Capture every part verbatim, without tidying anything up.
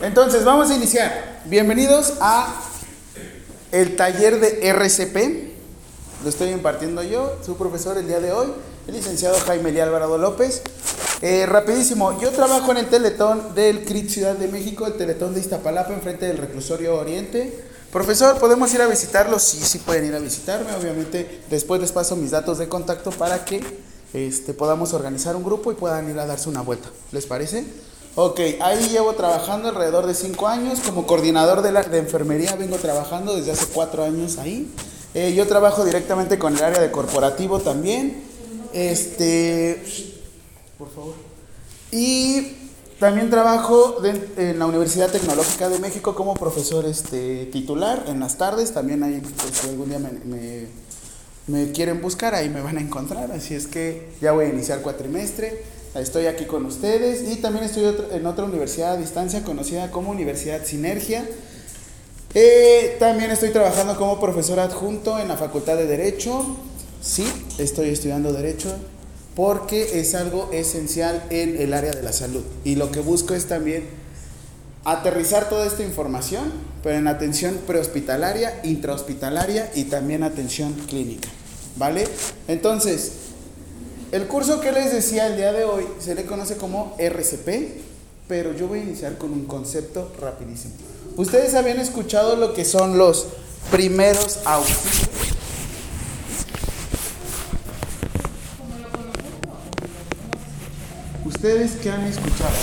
Entonces, vamos a iniciar. Bienvenidos a el taller de R C P. Lo estoy impartiendo yo, su profesor el día de hoy, el licenciado Jaime Elía Alvarado López. Eh, rapidísimo, yo trabajo en el Teletón del C R I T Ciudad de México, el Teletón de Iztapalapa, enfrente del Reclusorio Oriente. Profesor, ¿podemos ir a visitarlo? Sí, sí pueden ir a visitarme. Obviamente, después les paso mis datos de contacto para que este, podamos organizar un grupo y puedan ir a darse una vuelta. ¿Les parece? Ok, ahí llevo trabajando alrededor de cinco años. Como coordinador de, la, de enfermería vengo trabajando desde hace cuatro años ahí. Eh, yo trabajo directamente con el área de corporativo también. Este, por favor. Y también trabajo de, en la Universidad Tecnológica de México como profesor este, titular en las tardes. También ahí, pues, si algún día me, me, me quieren buscar, ahí me van a encontrar. Así es que ya voy a iniciar cuatrimestre. Estoy aquí con ustedes y también estoy en otra universidad a distancia conocida como Universidad Sinergia. Eh, también estoy trabajando como profesor adjunto en la Facultad de Derecho. Sí, estoy estudiando Derecho porque es algo esencial en el área de la salud. Y lo que busco es también aterrizar toda esta información, pero en atención prehospitalaria, intrahospitalaria y también atención clínica. ¿Vale? Entonces, el curso que les decía el día de hoy se le conoce como R C P, pero yo voy a iniciar con un concepto rapidísimo. ¿Ustedes habían escuchado lo que son los primeros auxilios? ¿Ustedes qué han escuchado?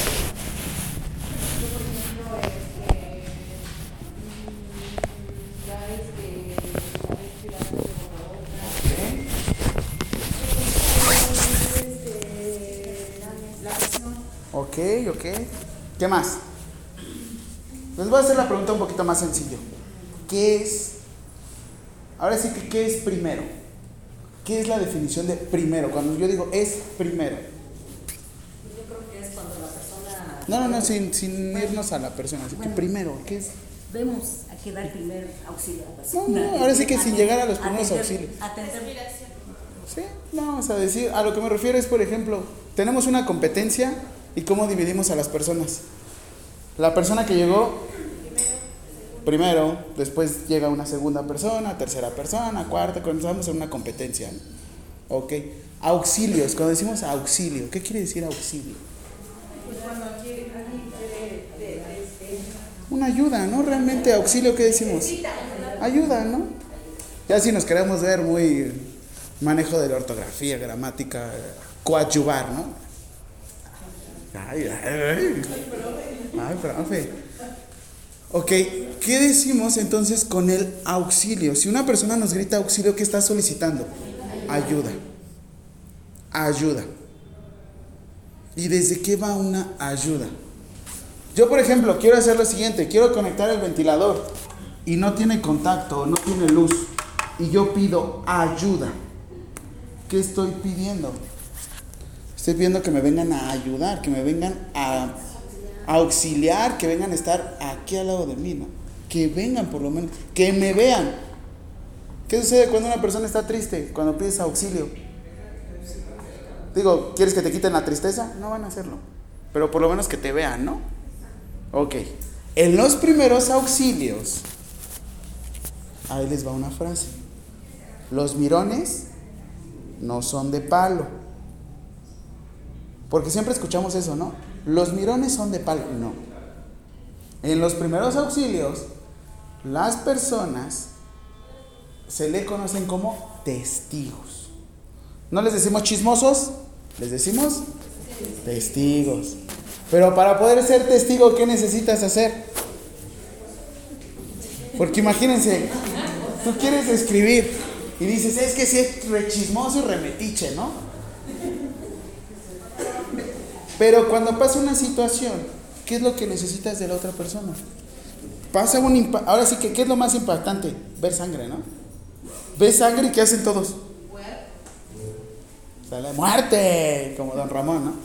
Ok, ok. ¿Qué más? Les voy a hacer la pregunta un poquito más sencillo. ¿Qué es? Ahora sí que, ¿qué es primero? ¿Qué es la definición de primero? Cuando yo digo es primero. Yo creo que es cuando la persona... No, no, no, sin, sin irnos a la persona. Así bueno, que primero, ¿qué es? Vemos a que dar el primer auxilio a la persona. No, no, ahora sí que sin llegar a los primeros atender, auxilios. Atender. Sí, no, vamos a decir, a lo que me refiero es, por ejemplo, tenemos una competencia y cómo dividimos a las personas. La persona que llegó primero, después llega una segunda persona, tercera persona, cuarta, cuando estamos en una competencia, ¿no? Ok. Auxilios, cuando decimos auxilio, ¿qué quiere decir auxilio? Pues cuando alguien quiere de, de, de, una ayuda, ¿no? Realmente auxilio, ¿qué decimos? Ayuda, ¿no? Ya si nos queremos ver muy manejo de la ortografía, gramática, coadyuvar, ¿no? Ay, ay, ay. Ay, profe. Ok, ¿qué decimos entonces con el auxilio? Si una persona nos grita auxilio, ¿qué está solicitando? Ayuda. Ayuda. ¿Y desde qué va una ayuda? Yo, por ejemplo, quiero hacer lo siguiente. Quiero conectar el ventilador y no tiene contacto, no tiene luz. Y yo pido ayuda. ¿Qué estoy pidiendo? Estoy pidiendo que me vengan a ayudar, que me vengan a, a auxiliar, que vengan a estar aquí al lado de mí, ¿no? Que vengan por lo menos, que me vean. ¿Qué sucede cuando una persona está triste? Cuando pides auxilio. Digo, ¿quieres que te quiten la tristeza? No van a hacerlo. Pero por lo menos que te vean, ¿no? Ok. En los primeros auxilios, ahí les va una frase. Los mirones no son de palo. Porque siempre escuchamos eso, ¿no? Los mirones son de palo. No. En los primeros auxilios, las personas se le conocen como testigos. ¿No les decimos chismosos? Les decimos testigos. Pero para poder ser testigo, ¿qué necesitas hacer? Porque imagínense, tú quieres escribir y dices, es que si es re chismoso y remetiche, ¿no? Pero cuando pasa una situación, ¿qué es lo que necesitas de la otra persona? Pasa un impa- ahora sí que, ¿qué es lo más impactante? Ver sangre, ¿no? Ves sangre y ¿qué hacen todos? Sale muerte, como don Ramón, ¿no?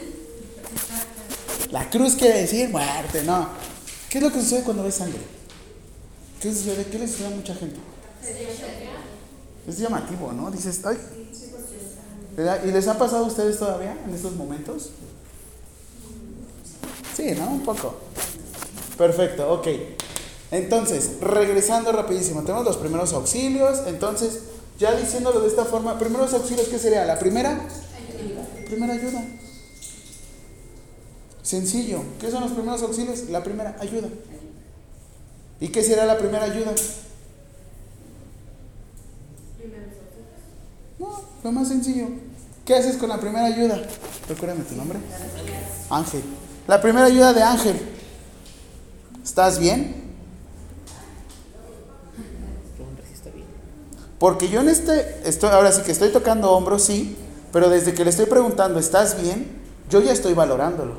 La cruz quiere decir muerte, ¿no? ¿Qué es lo que sucede cuando ves sangre? ¿Qué sucede? ¿Qué le sucede a mucha gente? Es llamativo, ¿no? Dices, ay. ¿Y les ha pasado a ustedes todavía en estos momentos? Sí, ¿no? Un poco. Perfecto, ok. Entonces, regresando rapidísimo, tenemos los primeros auxilios. Entonces, ya diciéndolo de esta forma, primeros auxilios, ¿qué sería? La primera, ayuda. Primera ayuda. Sencillo. ¿Qué son los primeros auxilios? La primera ayuda. ¿Y qué será la primera ayuda? No, lo más sencillo. ¿Qué haces con la primera ayuda? Recuérdame tu nombre. Ángel. La primera ayuda de Ángel. ¿Estás bien? Porque yo en este, estoy, ahora sí que estoy tocando hombros, sí, pero desde que le estoy preguntando, ¿estás bien? Yo ya estoy valorándolo.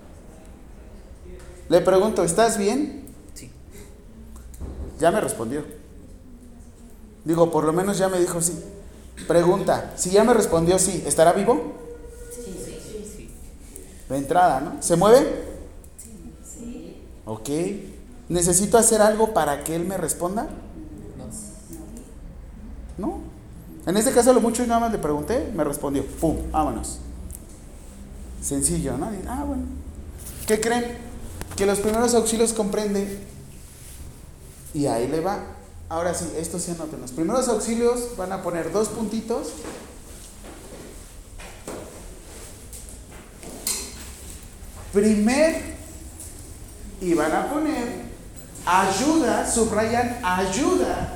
Le pregunto, ¿estás bien? Sí. Ya me respondió. Digo, por lo menos ya me dijo sí. Pregunta, si ya me respondió sí, ¿estará vivo? Sí, sí, sí, sí. De entrada, ¿no? ¿Se mueve? Sí. Ok. ¿Necesito hacer algo para que él me responda? No. En este caso, lo mucho y nada más le pregunté, me respondió. ¡Pum! Vámonos. Sencillo, ¿no? Ah, bueno. ¿Qué creen? Que los primeros auxilios comprende. Y ahí le va. Ahora sí, esto sí anoten. Los primeros auxilios van a poner dos puntitos. Primer. Y van a poner ayuda, subrayan ayuda.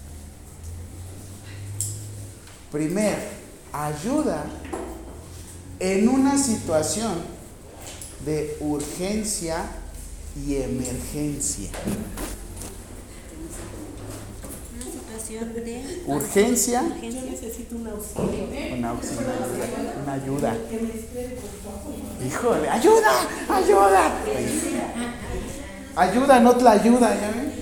Primer, ayuda en una situación de urgencia y emergencia. Una situación de urgencia. urgencia. Yo necesito un auxilio. Un auxilio, una ayuda. Que me espere, por favor. Híjole, ayuda, ayuda. Ayuda, no te la ayuda, ¿ya ven?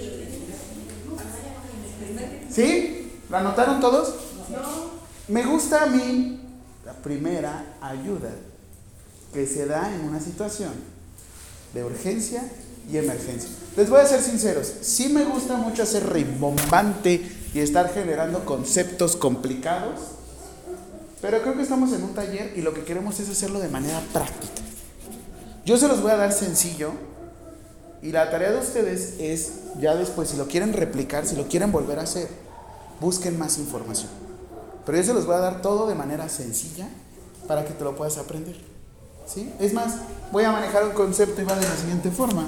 ¿Sí? ¿Lo anotaron todos? No. Me gusta a mí la primera ayuda que se da en una situación de urgencia y emergencia. Les voy a ser sinceros, sí me gusta mucho hacer rimbombante y estar generando conceptos complicados, pero creo que estamos en un taller y lo que queremos es hacerlo de manera práctica. Yo se los voy a dar sencillo y la tarea de ustedes es, ya después, si lo quieren replicar, si lo quieren volver a hacer, busquen más información. Pero yo se los voy a dar todo de manera sencilla para que te lo puedas aprender. ¿Sí? Es más, voy a manejar un concepto y va de la siguiente forma.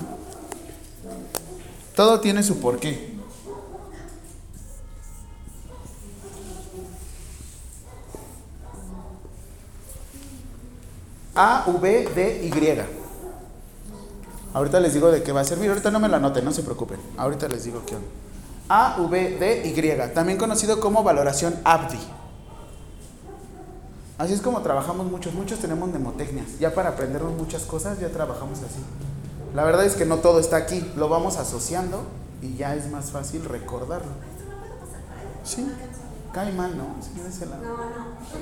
Todo tiene su porqué. A, V, D, Y. Ahorita les digo de qué va a servir. Ahorita no me lo anoten, no se preocupen. Ahorita les digo qué onda. A, V, D, Y. También conocido como valoración A B D I. Así es como trabajamos muchos. Muchos tenemos mnemotecnias. Ya para aprendernos muchas cosas ya trabajamos así. La verdad es que no todo está aquí. Lo vamos asociando y ya es más fácil recordarlo. Sí. Cae mal, ¿no? Sí, de ese lado. No, no.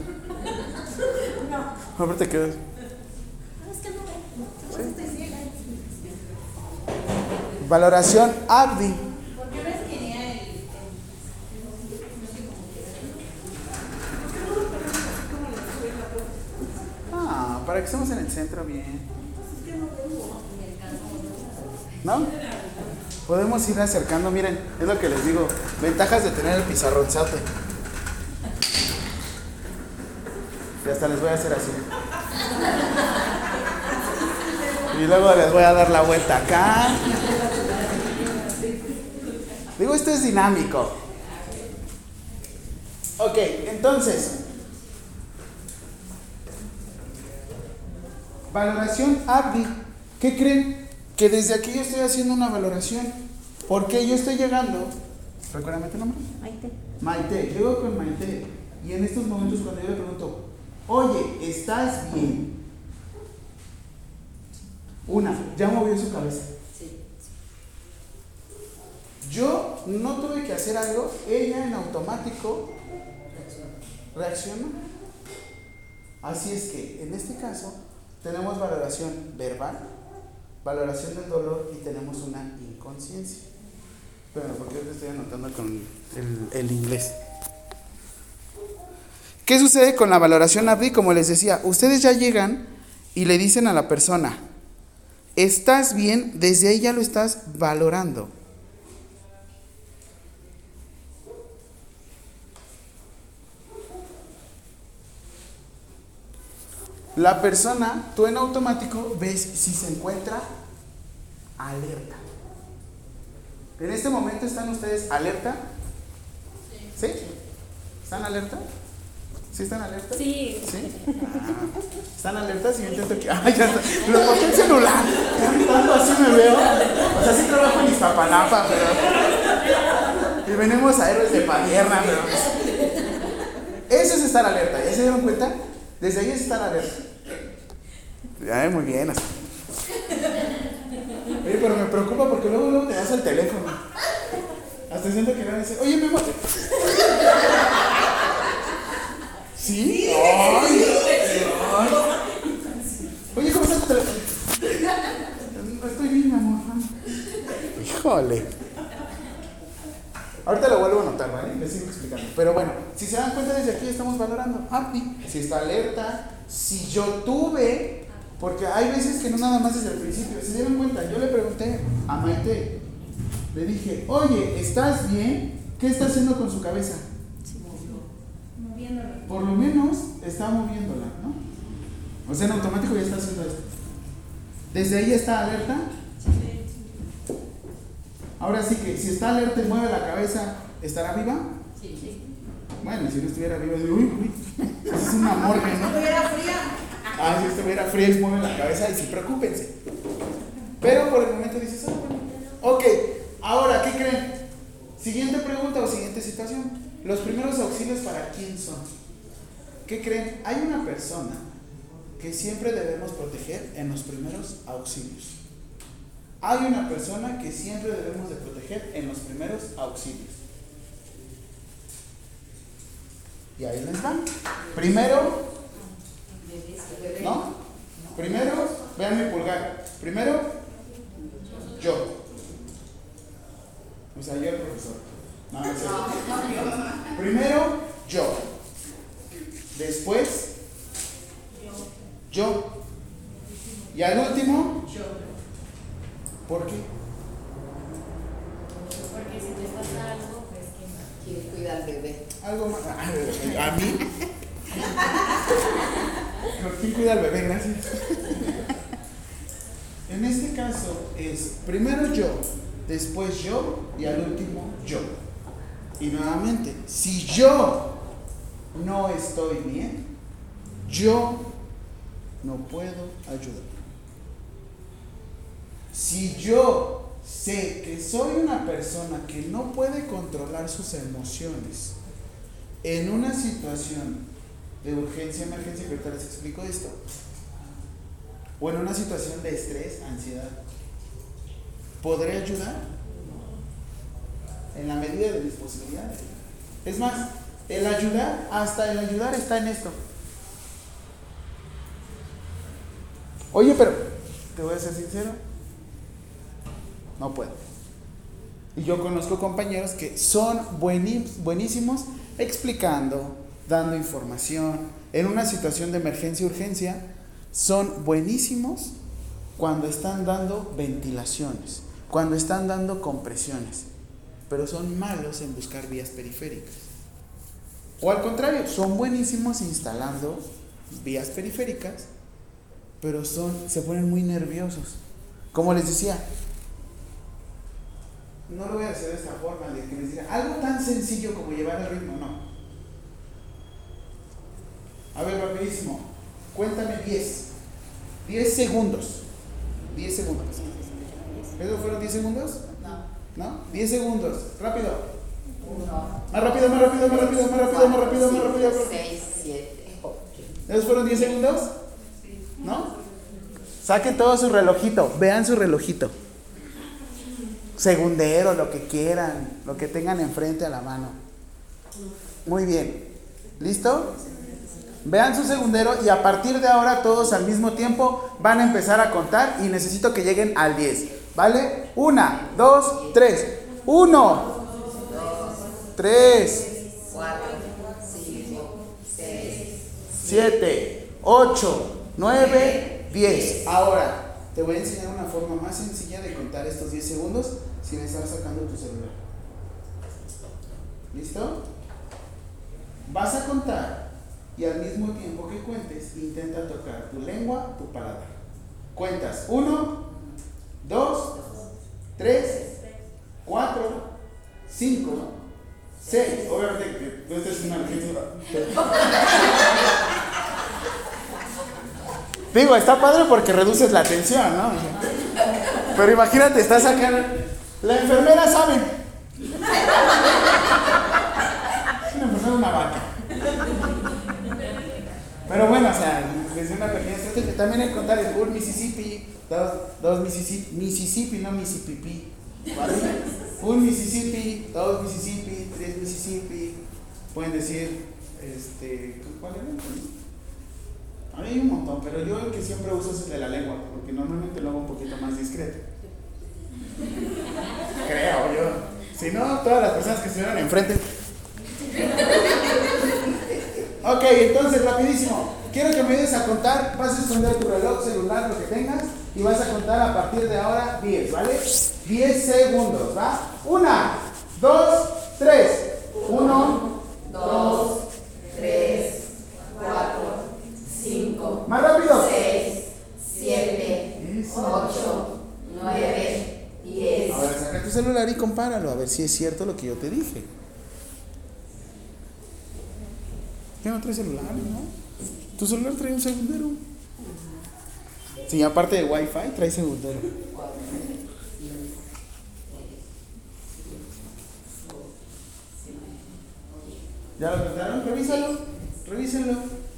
No. Ahorita te quedas. No, es que no ve. Sí. Estoy ciega. Valoración A B D I. ¿Por qué ves que tenía el, Ah, para que estemos en el centro bien. ¿No? Podemos ir acercando, miren, es lo que les digo. Ventajas de tener el pizarronzote. Y hasta les voy a hacer así. Y luego les voy a dar la vuelta acá. Digo, esto es dinámico. Ok, entonces. Valoración A B D I. ¿Qué creen? Que desde aquí yo estoy haciendo una valoración. Porque yo estoy llegando. Recuérdame tu nombre. Maite. Maite. Llego con Maite. Y en estos momentos cuando yo le pregunto, oye, ¿estás bien? Una, ya movió su cabeza. sí, Yo no tuve que hacer algo, ella en automático reaccionó. Así es que en este caso tenemos valoración verbal, valoración del dolor y tenemos una inconsciencia. Pero porque yo te estoy anotando con el, el inglés. ¿Qué sucede con la valoración A B D I? Como les decía, ustedes ya llegan y le dicen a la persona, estás bien, desde ahí ya lo estás valorando. La persona, tú en automático ves si se encuentra alerta. En este momento están ustedes alerta. ¿Sí? ¿Están alerta? ¿Sí están alerta? Sí. ¿Sí? Ah, ¿están alertas? Y yo intento que. ¡Ay, ya está! Lo boté el celular. Tanto así me veo. O sea, sí trabajo en Iztapalapa, pero. Y venimos a Héroes de Padierna, pero. Eso es estar alerta. ¿Ya se dieron cuenta? Desde ahí es estar alerta. Ay, muy bien. Así. Oye, pero me preocupa porque luego, luego te das el teléfono. Hasta siento que me van a decir, oye, me voy. ¿Sí? Ay, ay. Oye, ¿cómo está tu teléfono? Estoy bien, mi amor. Híjole. Ahorita lo vuelvo a notar, ¿vale? Les sigo explicando. Pero bueno, si se dan cuenta, desde aquí estamos valorando. Ah, si está alerta, si yo tuve, porque hay veces que no nada más desde el principio. ¿Se dieron cuenta? Yo le pregunté a Maite, le dije, oye, ¿estás bien? ¿Qué está haciendo con su cabeza? Moviéndola. Por lo menos está moviéndola, ¿no? O sea, en automático ya está haciendo esto. ¿Desde ahí está alerta? Ahora sí que si está alerta y mueve la cabeza, ¿estará viva? Sí, sí. Bueno, si no estuviera viva, digo, uy, uy, es una morgue, ¿no? Estuviera fría. Ah, si estuviera fría y mueve la cabeza, y sí, preocúpense. Pero por el momento dices, ah, bueno. Ok, ahora, ¿qué creen? Siguiente pregunta o siguiente situación. Los primeros auxilios, ¿para quién son? ¿Qué creen? Hay una persona que siempre debemos proteger en los primeros auxilios. Hay una persona que siempre debemos de proteger en los primeros auxilios. Y ahí les van. Primero, ¿no? Primero, vean mi pulgar. Primero, yo. O sea, yo el profesor. No, no sé. Primero, yo. Después, yo. Y al último, Yo. ¿por qué? Porque si te pasa algo, pues ¿quién, ¿Quién cuida al bebé? Algo más. ¿A mí? ¿Quién cuida al bebé? Gracias. En este caso es primero yo, después yo y al último yo. Y nuevamente, si yo no estoy bien, yo no puedo ayudar. Si yo sé que soy una persona que no puede controlar sus emociones en una situación de urgencia, emergencia, que ahorita les explico esto, o en una situación de estrés, ansiedad, ¿podré ayudar? En la medida de mis posibilidades. Es más, el ayudar, hasta el ayudar está en esto. Oye, pero, te voy a ser sincero, no puedo. Y yo conozco compañeros que son buenísimos explicando, dando información. En una situación de emergencia, urgencia, son buenísimos cuando están dando ventilaciones, cuando están dando compresiones, pero son malos en buscar vías periféricas. O al contrario, son buenísimos instalando vías periféricas, pero son, se ponen muy nerviosos. Como les decía, no lo voy a hacer de esta forma, de que les diga algo tan sencillo como llevar el ritmo, no. A ver, rapidísimo, cuéntame diez. diez segundos. diez segundos. ¿Esos fueron diez segundos? No. ¿No? diez segundos, rápido. Uno. Más rápido, más rápido, más rápido, más rápido, más rápido, más rápido. Seis, siete, ocho. ¿Esos fueron diez segundos? ¿No? Saquen todo su relojito, vean su relojito. Segundero, lo que quieran, lo que tengan enfrente a la mano. Muy bien. ¿Listo? Vean su segundero y a partir de ahora todos al mismo tiempo van a empezar a contar y necesito que lleguen al diez. ¿Vale? Una, dos, tres. Uno, tres, Cuatro, cinco, seis, siete, ocho, nueve, diez. Ahora, te voy a enseñar una forma más sencilla de contar estos diez segundos sin estar sacando tu celular. ¿Listo? Vas a contar y al mismo tiempo que cuentes, intenta tocar tu lengua, tu paladar. Cuentas uno, dos, tres, cuatro, cinco, seis. Obviamente que esta es una emergencia. Digo, está padre porque reduces la tensión, ¿no? Pero imagínate, estás acá. La enfermera sabe. Es una enfermera, una vaca. Pero bueno, o sea, desde una pequeña estrategia. También el contar es un Mississippi, dos, dos Mississippi, Mississippi, no Mississippi, ¿vale? Un Mississippi, dos Mississippi, tres Mississippi. Pueden decir, este, ¿cuál era? Hay un montón, pero yo el que siempre uso es el de la lengua, porque normalmente lo hago un poquito más discreto. Creo yo. Si no, todas las personas que estuvieron enfrente. Ok, entonces, rapidísimo. Quiero que me ayudes a contar. Vas a esconder tu reloj, celular, lo que tengas, y vas a contar a partir de ahora diez, ¿vale? diez segundos, ¿va? Una, dos, tres. Uno, dos, tres, cuatro, cinco, más rápido. seis, siete, ocho, nueve, diez. Ahora saca tu celular y compáralo, a ver si es cierto lo que yo te dije. ¿Qué no trae celular, no? Tu celular trae un segundero. Sí, aparte de Wi-Fi, trae segundero. ¿Ya lo contaron? Revísalo. Revísenlo.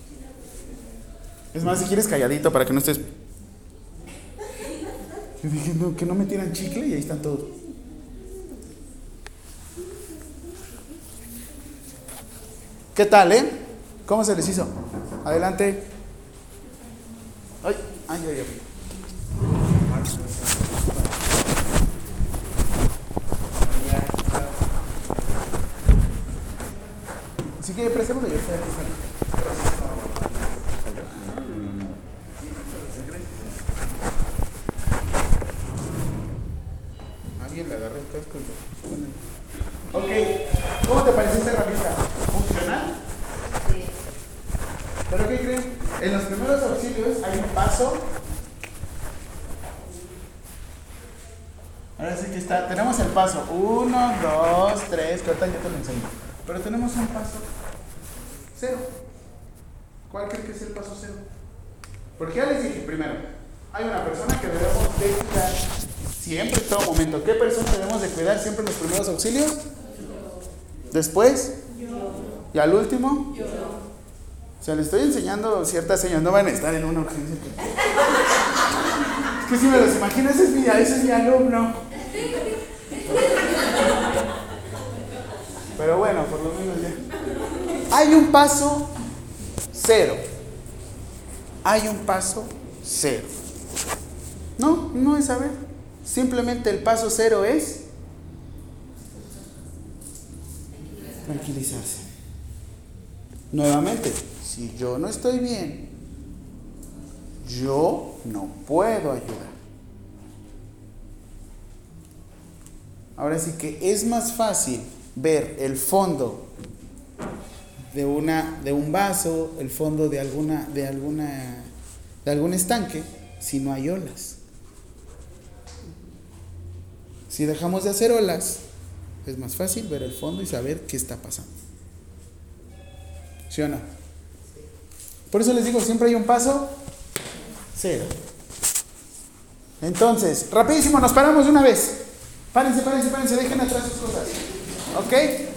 Es más, si quieres calladito para que no estés. Yo dije, no, que no me tiran chicle y ahí están todos. ¿Qué tal, eh? ¿Cómo se les hizo? Adelante. Ay, ay, ay, ay. Si quiere, préstame, yo estoy aquí. Alguien le agarró el casco. Ok, ¿cómo te pareció esta herramienta? ¿Funcional? Sí. ¿Pero qué creen? En los primeros auxilios hay un paso. Ahora sí que está. Tenemos el paso uno, dos, tres, que ahorita yo te lo enseño. Pero tenemos un paso cero. ¿Cuál creen que es el paso cero? Porque ya les dije, primero, hay una persona que debemos de cuidar siempre, en todo momento. ¿Qué persona debemos de cuidar siempre en los primeros auxilios? Después. ¿Y al último? O sea, les estoy enseñando ciertas señas, no van a estar en una urgencia. Es que si me los imagino, ese es mi, ese es mi alumno. Pero bueno, por lo menos ya. Hay un paso cero. Hay un paso cero. No, no es saber. Simplemente el paso cero es tranquilizarse. Nuevamente, si yo no estoy bien, yo no puedo ayudar. Ahora sí que es más fácil ver el fondo de una de un vaso, el fondo de alguna de alguna de algún estanque si no hay olas. Si dejamos de hacer olas, es más fácil ver el fondo y saber qué está pasando. ¿Sí o no? Por eso les digo, siempre hay un paso cero. Entonces, rapidísimo, nos paramos de una vez. Párense, párense, párense, dejen atrás sus cosas. ¿Ok?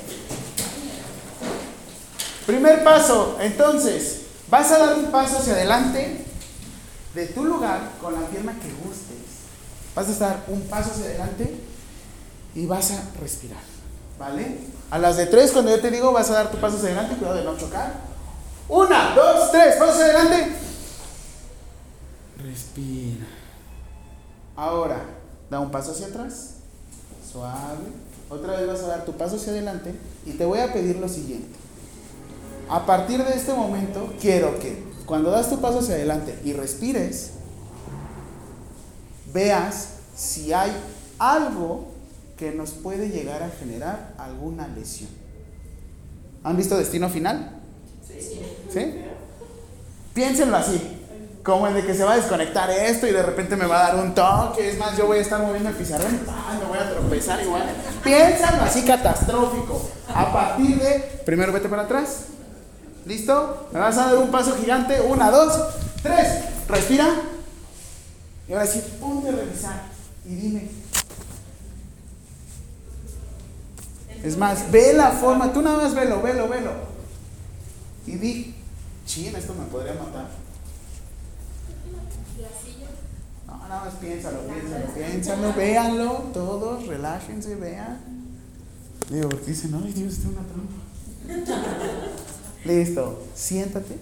Primer paso, entonces, vas a dar un paso hacia adelante de tu lugar con la pierna que gustes. Vas a dar un paso hacia adelante y vas a respirar, ¿vale? A las de tres, cuando yo te digo, vas a dar tu paso hacia adelante, cuidado de no chocar. Una, dos, tres, paso hacia adelante. Respira. Ahora, da un paso hacia atrás, suave. Otra vez vas a dar tu paso hacia adelante y te voy a pedir lo siguiente. A partir de este momento, quiero que cuando das tu paso hacia adelante y respires, veas si hay algo que nos puede llegar a generar alguna lesión. ¿Han visto Destino Final? Sí. ¿Sí? Piénsenlo así, como el de que se va a desconectar esto y de repente me va a dar un toque. Es más, yo voy a estar moviendo el pizarrón, ¡ay! Me voy a tropezar igual. Piénsenlo así catastrófico. A partir de, primero vete para atrás. ¿Listo? Me vas a dar un paso gigante. Una, dos, tres. Respira. Y ahora sí, ponte a revisar y dime. Es más, ve la forma. Tú nada más velo, velo, velo. Y di, chin, esto me podría matar. No, nada más piénsalo, piénsalo, piénsalo, véanlo, todos, relájense, vean. Digo, porque dicen, ay Dios, está una trampa. Listo, siéntate.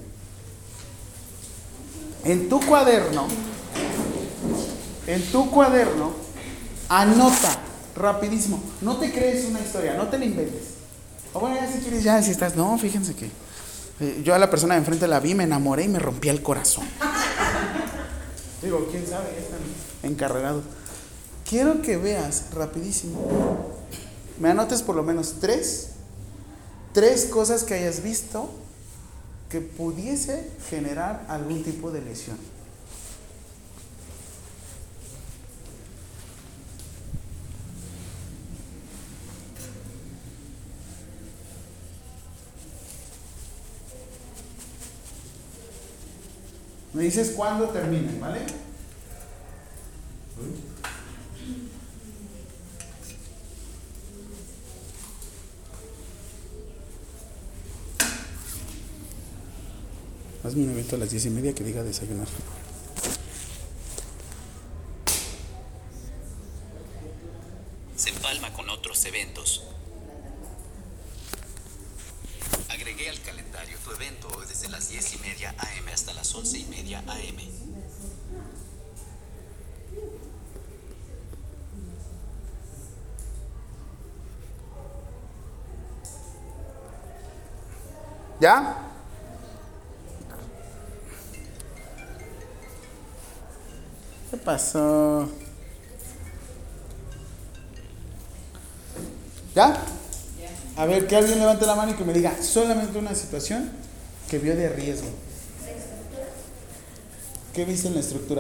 En tu cuaderno, en tu cuaderno, anota rapidísimo. No te crees una historia, no te la inventes. O bueno, ya si quieres, ya si estás, no, fíjense que eh, yo a la persona de enfrente la vi, me enamoré y me rompía el corazón. Digo, quién sabe, ya están encarrerados. Quiero que veas rapidísimo. Me anotes por lo menos tres, tres cosas que hayas visto que pudiese generar algún tipo de lesión. Me dices cuándo terminen, ¿vale? Hazme un evento a las diez y media que diga desayunar. Se empalma con otros eventos. Agregué al calendario tu evento hoy desde las diez y media a eme hasta las once y media a eme. ¿Ya? ¿Qué pasó? ¿Ya? A ver, que alguien levante la mano y que me diga solamente una situación que vio de riesgo. ¿Qué viste en la estructura?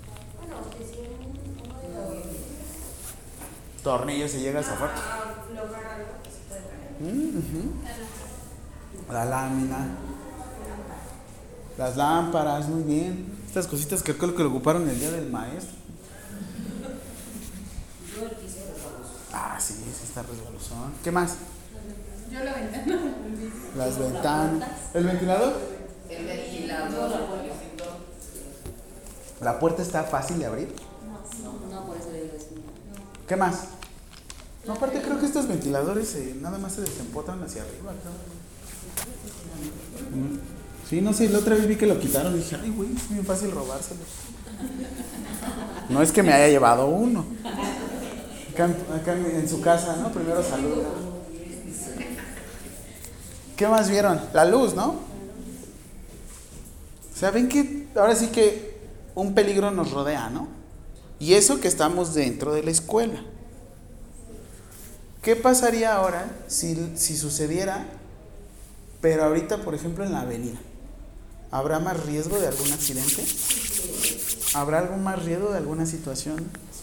Tornillo se llega a zafar. Uh-huh. La lámina. Las lámparas, muy bien. Estas cositas que creo que lo ocuparon el día del maestro. Ah, sí, sí está resbalosón. ¿Qué más? Yo la ventana. Las ventanas. ¿El ventilador? El ventilador. ¿La puerta está fácil de abrir? No, no, por eso le digo eso. ¿Qué más? No, aparte creo que estos ventiladores eh, nada más se desempotran hacia arriba. ¿No? Sí, no sé, la otra vez vi que lo quitaron y dije, ay, güey, es muy fácil robárselo. No es que me haya llevado uno. Acá, acá en su casa, ¿no? Primero saluda. ¿Qué más vieron? La luz, ¿no? O sea, ven que ahora sí que un peligro nos rodea, ¿no? Y eso que estamos dentro de la escuela. ¿Qué pasaría ahora si, si sucediera, pero ahorita, por ejemplo, en la avenida? ¿Habrá más riesgo de algún accidente? ¿Habrá algún más riesgo de alguna situación?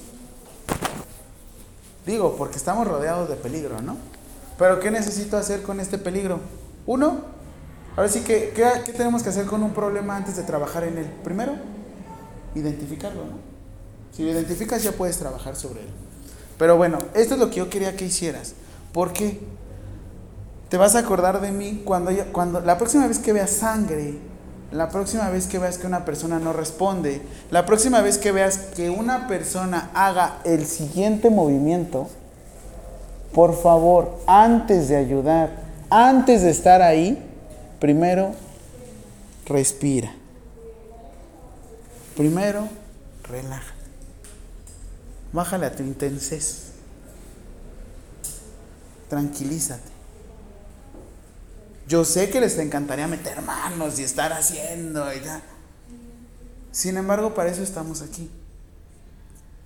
Digo, porque estamos rodeados de peligro, ¿no? Pero ¿qué necesito hacer con este peligro? Uno, ahora sí que, ¿qué, qué tenemos que hacer con un problema antes de trabajar en él? Primero, identificarlo, ¿no? Si lo identificas ya puedes trabajar sobre él. Pero bueno, esto es lo que yo quería que hicieras. ¿Por qué? Te vas a acordar de mí cuando, cuando la próxima vez que veas sangre, la próxima vez que veas que una persona no responde, la próxima vez que veas que una persona haga el siguiente movimiento, por favor, antes de ayudar, antes de estar ahí, primero respira. Primero, relájate. Bájale a tu intensez. Tranquilízate. Yo sé que les encantaría meter manos y estar haciendo y ya. Sin embargo, para eso estamos aquí.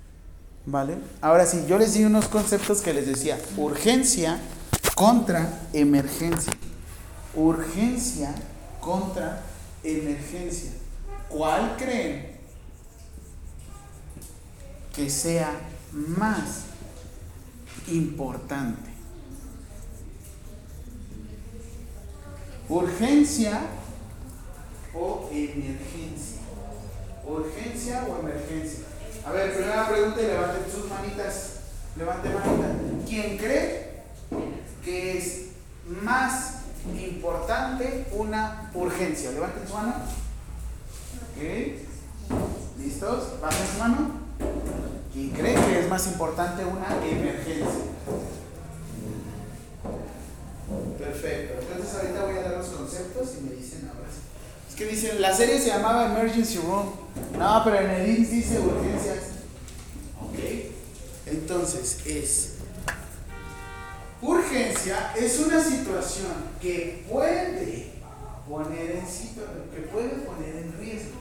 ¿Vale? Ahora sí, yo les di unos conceptos que les decía. Urgencia contra emergencia. Urgencia contra emergencia. ¿Cuál creen que sea más importante? ¿Urgencia o emergencia? ¿Urgencia o emergencia? A ver, primera pregunta y levanten sus manitas. Levanten manita. ¿Quién cree que es más importante una urgencia? Levanten su mano. Ok. ¿Listos? Bajen su mano. ¿Quién cree que es más importante una emergencia? Perfecto. Entonces ahorita voy a dar los conceptos y me dicen ahora sí. Es que dicen, la serie se llamaba Emergency Room. No, pero en el I M S S dice urgencias. Ok. Entonces es... Urgencia es una situación que puede poner en situ- que puede poner en riesgo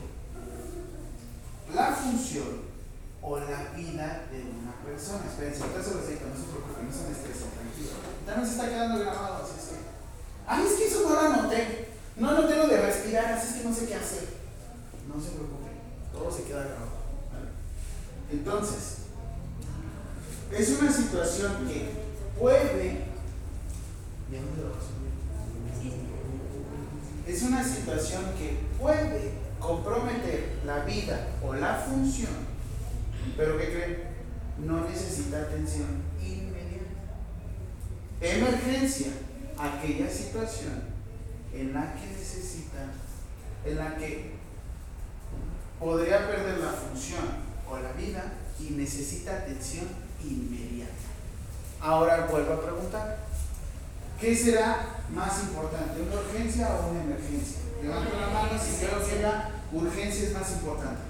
la función o la vida de una persona. Espérense, ahorita se los digo, no se preocupen, no se me estresen, tranquilo. También se está quedando grabado, así es que... Ay, es que eso no lo anoté. No anoté lo de respirar, así es que no sé qué hacer. No se preocupen, todo se queda grabado, ¿vale? Entonces, es una situación que puede... ¿De dónde lo vas a subir? Es una situación que puede comprometer la vida o la función, pero ¿qué creen? No necesita atención inmediata. Emergencia, aquella situación en la que necesita, en la que podría perder la función o la vida y necesita atención inmediata. Ahora vuelvo a preguntar, ¿qué será más importante, una urgencia o una emergencia? Levanto la mano si creo que la urgencia es más importante.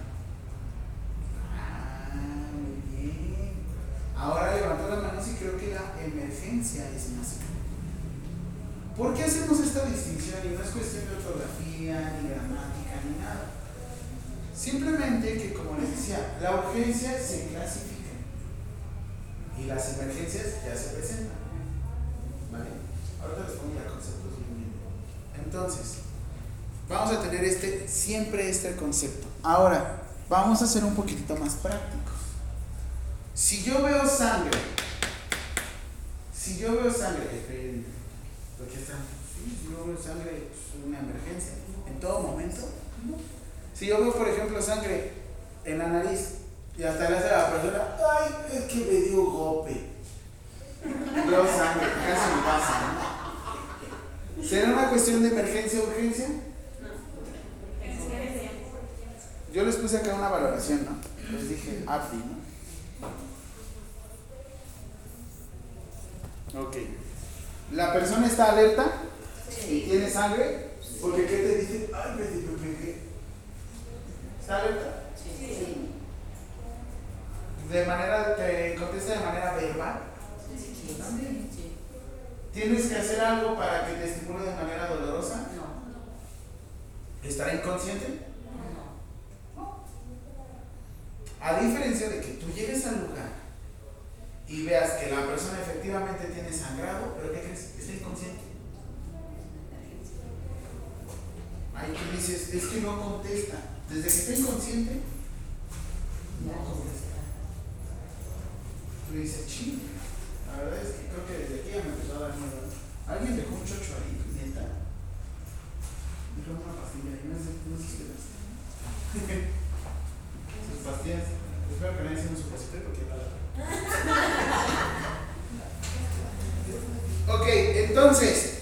Ah, muy bien. Ahora levanto la mano si creo que la emergencia es más importante. ¿Por qué hacemos esta distinción? Y no es cuestión de ortografía, ni gramática, ni nada. Simplemente que, como les decía, la urgencia se clasifica y las emergencias ya se presentan. ¿Vale? Ahora les pongo ya conceptos bien bien. Entonces, vamos a tener este, siempre este concepto. Ahora, vamos a ser un poquitito más prácticos. Si yo veo sangre, si yo veo sangre, porque está, sí, si yo veo sangre, es una emergencia, en todo momento. ¿No? Si yo veo, por ejemplo, sangre en la nariz y hasta le hace a la persona, ay, es que me dio golpe. Veo sangre, casi me pasa, ¿no? ¿Será una cuestión de emergencia o urgencia? Yo les puse acá una valoración, ¿no? Les dije, A P I, ¿no? Ok. La persona está alerta y tiene sangre, porque ¿qué te dice? Ay, me dio golpe. ¿Está alerta? Sí. ¿De manera, te contesta de manera verbal? Sí. También. Sí. ¿Tienes que hacer algo para que te estimule de manera dolorosa? No. ¿Estará inconsciente? No. A diferencia de que tú llegues al lugar y veas que la persona efectivamente tiene sangrado, pero ¿qué crees? Está inconsciente. Ahí tú dices, es que no contesta. Desde que está inconsciente, no contesta. Tú dices, ching, la verdad es que creo que desde aquí ya me empezó a dar miedo. Alguien dejó un chocho ahí, neta. Dejó una pastilla y no sé, no sé qué es. Sus pastillas. Espero que nadie se nos suposite porque no la. Ok, entonces,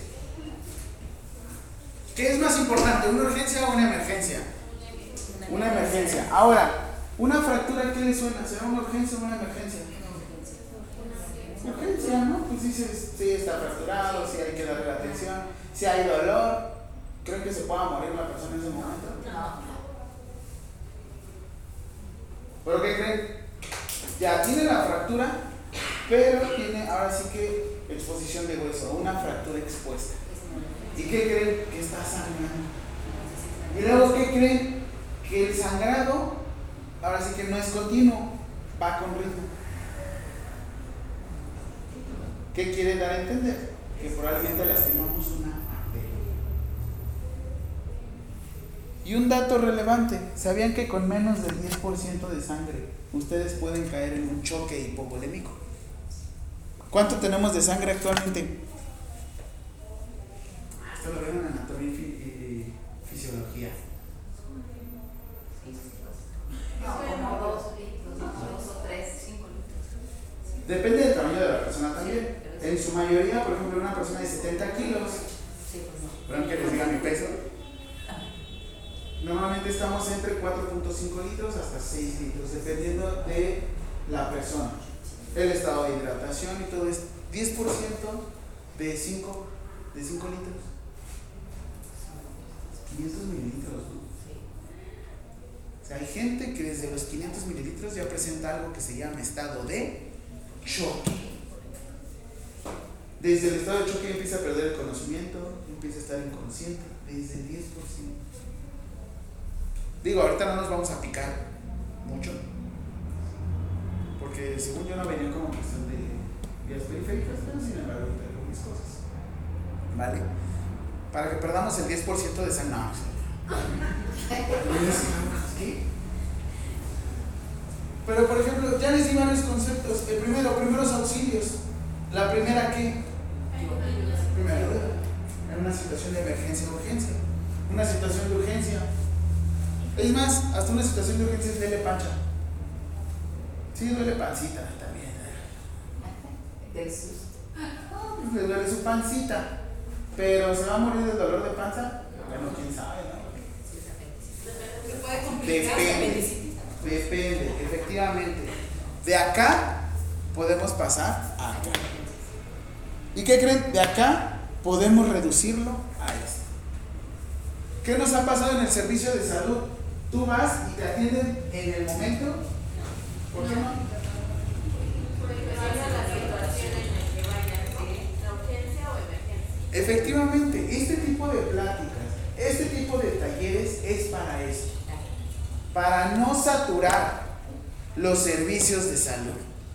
¿qué es más importante, una urgencia o una emergencia? Una emergencia. Ahora, ¿una fractura qué le suena? ¿Será una urgencia o una emergencia? Urgencia, ¿no? Pues dices, sí está fracturado, sí hay que darle la atención, si hay dolor, ¿creen que se pueda morir la persona en ese momento? No. ¿Pero qué creen? Ya tiene la fractura, pero tiene ahora sí que exposición de hueso, una fractura expuesta. ¿Y qué creen? Que está sangrando. Y luego, ¿qué creen? Que el sangrado, ahora sí que no es continuo, va con ritmo. ¿Qué quiere dar a entender? Que probablemente lastimamos una arteria. Y un dato relevante, ¿sabían que con menos del diez por ciento de sangre ustedes pueden caer en un choque hipovolémico? ¿Cuánto tenemos de sangre actualmente? Esto lo ven en anatomía y fisiología. No, como dos litros, dos o tres, cinco litros. Depende del tamaño de la persona también. En su mayoría, por ejemplo, una persona de setenta kilos, ¿verdad que les diga mi peso? Normalmente estamos entre cuatro punto cinco litros hasta seis litros, dependiendo de la persona, el estado de hidratación y todo esto. diez por ciento de cinco, de cinco litros. quinientos mililitros, ¿no? O sea, hay gente que desde los quinientos mililitros ya presenta algo que se llama estado de choque. Desde el estado de choque empieza a perder el conocimiento, empieza a estar inconsciente, desde el diez por ciento. Digo, ahorita no nos vamos a picar mucho, porque según yo no venía como cuestión de vías periféricas, pero sin embargo tengo mis cosas. ¿Vale? Para que perdamos el diez por ciento de sangre. No, ¿qué? Pero por ejemplo, ya les di varios conceptos. El primero, primeros auxilios. La primera, ¿qué? Primero, en una situación de emergencia o urgencia. Una situación de urgencia. Es más, hasta una situación de urgencia es duele pancha. Sí, duele pancita también. Del susto. Pues le duele su pancita. Pero ¿se va a morir del dolor de panza? Bueno, quién sabe, ¿no? Se puede complicar. Depende. Depende, efectivamente. De acá podemos pasar a acá. ¿Y qué creen? De acá podemos reducirlo a esto. ¿Qué nos ha pasado en el servicio de salud? Tú vas y te atienden en el momento. ¿Por qué no? Efectivamente, este tipo de pláticas, este tipo de talleres es para eso. Para no saturar los servicios de salud.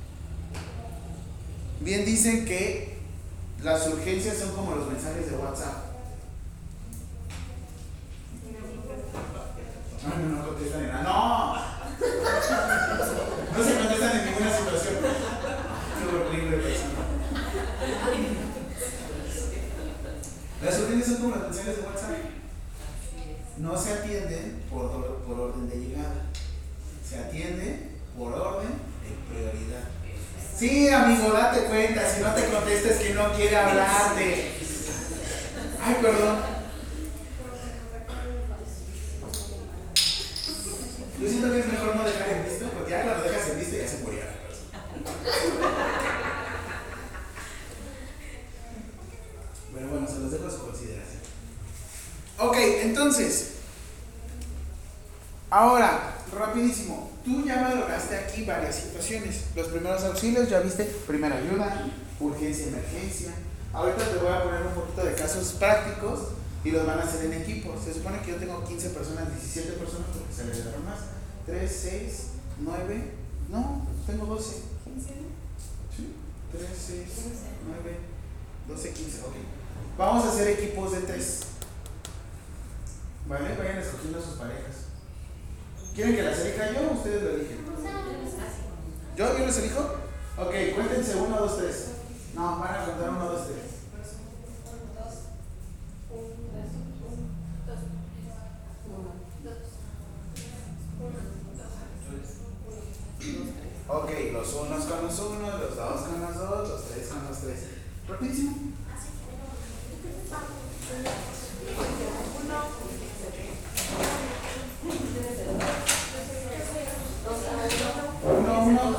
Bien dicen que las urgencias son como los mensajes de WhatsApp. No, no, no contestan en nada. ¡No! No se contestan en ninguna situación. Qué horrible persona. Las urgencias son como los mensajes de WhatsApp. No se atienden por, por orden de llegada. Se atienden por orden de prioridad. Sí, amigo, date cuenta. Si no te contestas que no quiere hablarte. Ay, perdón. Yo siento que es mejor no dejar en visto, porque ya cuando dejas en visto ya se murió la persona. Pero bueno, se los dejo a su consideración. Ok, entonces, ahora, rapidísimo, tú ya valoraste aquí varias situaciones. Los primeros auxilios, ya viste, primera ayuda, urgencia, emergencia. Ahorita te voy a poner un poquito de casos prácticos y los van a hacer en equipo. Se supone que yo tengo quince personas, diecisiete personas, porque se les dieron más. tres, seis, nueve, no, tengo doce. ¿Sí? tres, seis, nueve, doce, quince, ok. Vamos a hacer equipos de tres. Vale, vayan escogiendo a sus parejas. ¿Quieren que las elija yo o ustedes lo eligen? ¿Yo? ¿Yo los elijo? Ok, cuéntense uno, dos, tres. No, van a contar uno, dos, tres. Ok, los unos con los unos, los dos con los dos, los tres con los tres. Rapidísimo. Uno, uno.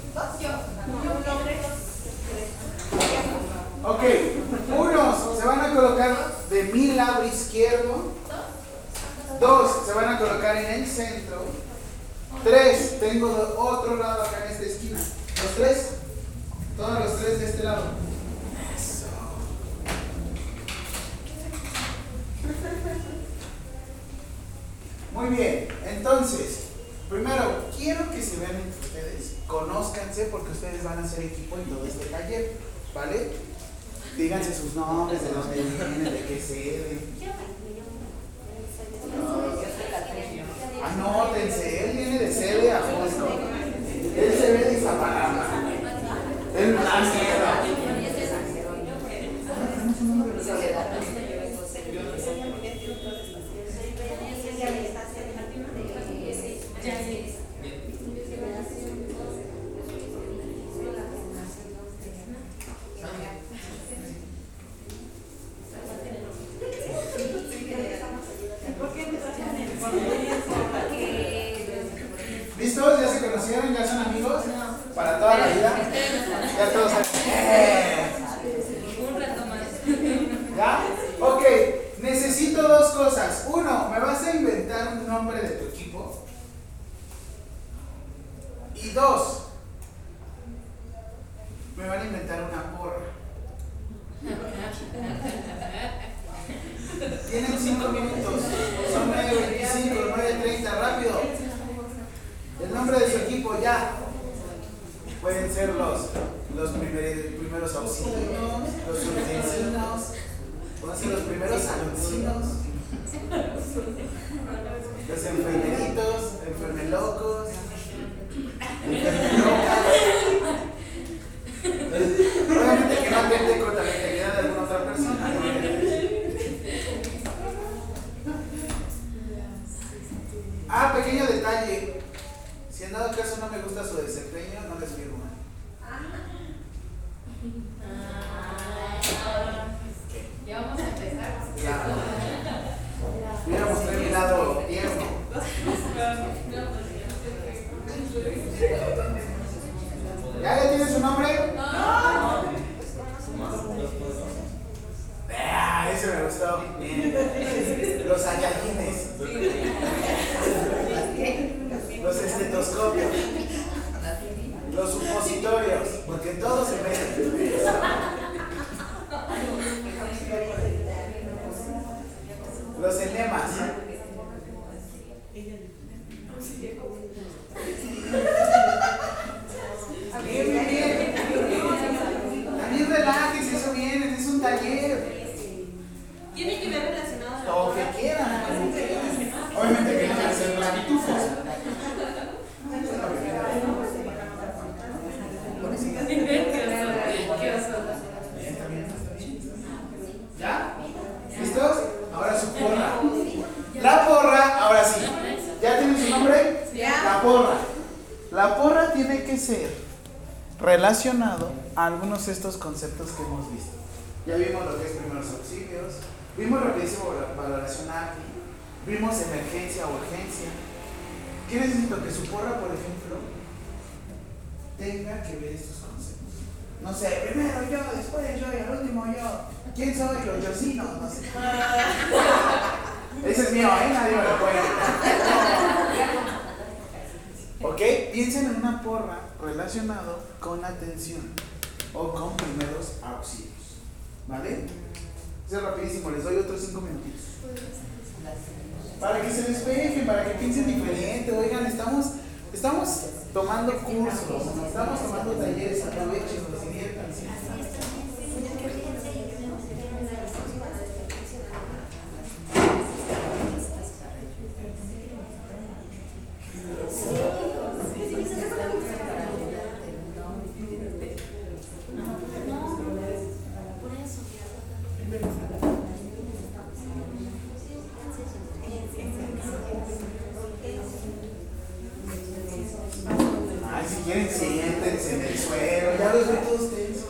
Ok, unos se van a colocar de mi lado izquierdo. Dos se van a colocar en el centro. Tres, tengo de otro lado acá en esta esquina. Los tres, todos los tres de este lado. Eso. Muy bien, entonces, primero, quiero que se vean entre ustedes, conózcanse porque ustedes van a hacer equipo en todo este taller. ¿Vale? Díganse sus nombres, de dónde vienen, de qué sede. Anótense, él viene de sede a Justo. Él se ve de Iztapalapa. Él no da miedo. ¿Listos? ¿Ya se conocieron? ¿Ya son amigos? ¿Para toda la vida? Ya todos saben. Un rato más. ¿Ya? Ok, necesito dos cosas. Uno, me vas a inventar un nombre de tu equipo. Y dos, me van a inventar una porra. Tienen cinco minutos. Son nueve veinticinco, nueve treinta, rápido. El nombre de su equipo ya. Pueden ser los, los primer, primeros auxilios, los utensilios, pueden ser los primeros anuncios, los enfermeritos, enfermelocos, enfermelocas. Obviamente que no atente contra la integridad de alguna otra persona. Ah, pequeño detalle. Si en dado caso no me gusta su desempeño, no les firmo. Ya vamos a empezar. Ya. Hubiéramos terminado tiempo. ¿Ya le tiene su nombre? No. Ah, ese me gustó. Bien. Los ayayines. Los estetoscopios. Los supositorios. Porque todos se meten. Los enemas. Bien, bien, bien. También relájense, eso viene, es un taller. Tiene que ver relacionado a la Lo que quieran, como quieran. Obviamente que no van a ser gratitufos. ¿Ya? ¿Listos? Ahora su porra. La porra, ahora sí. ¿Ya tienen su nombre? La porra. La porra tiene que ser relacionado a algunos de estos conceptos que hemos visto. Ya vimos lo que es primeros auxilios, vimos rapidísimo valoración A P I, vimos emergencia o urgencia. ¿Qué necesito? Que su porra, por ejemplo, tenga que ver estos conceptos. No sé, primero yo, después yo y al último yo. ¿Quién soy? Los yocinos, no sé. Ese es mío, ¿eh? Nadie me lo puede quitar. ¿Ok? Piensen en una porra relacionado con atención o con primeros auxilios. ¿Vale? Eso es rapidísimo, les doy otros cinco minutitos. Para que se despejen, para que piensen diferente. Oigan, estamos, estamos tomando cursos, estamos tomando talleres, aprovechen, los diviertan. ¿Sí? Ay, si quieren, siéntense en el suelo. Ya los veo todos tensos.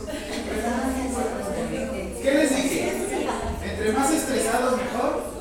¿Qué les dije? Entre más estresados, mejor.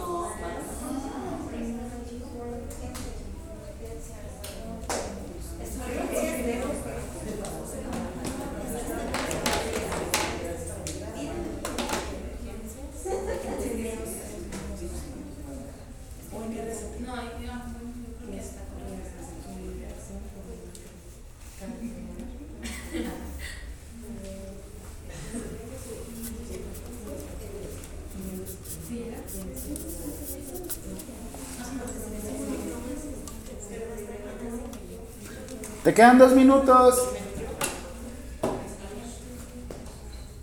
Te quedan dos minutos.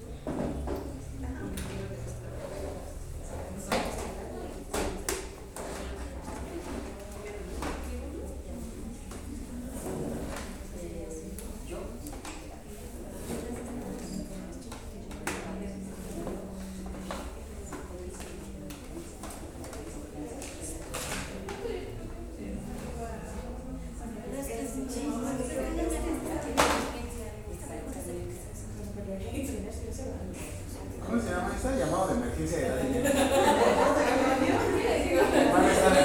llamado de emergencia de la línea. Van a estar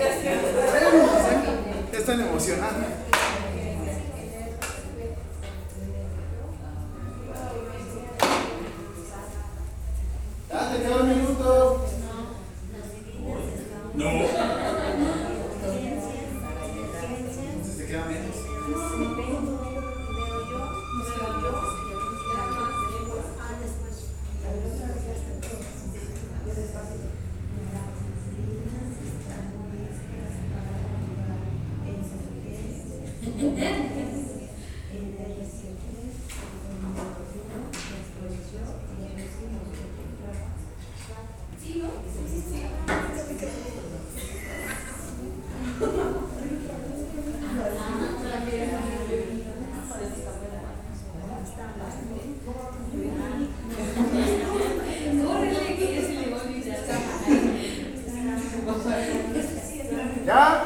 ya están emocionando. Ya te queda un minuto. No. Entonces te queda menos. ¿Ya?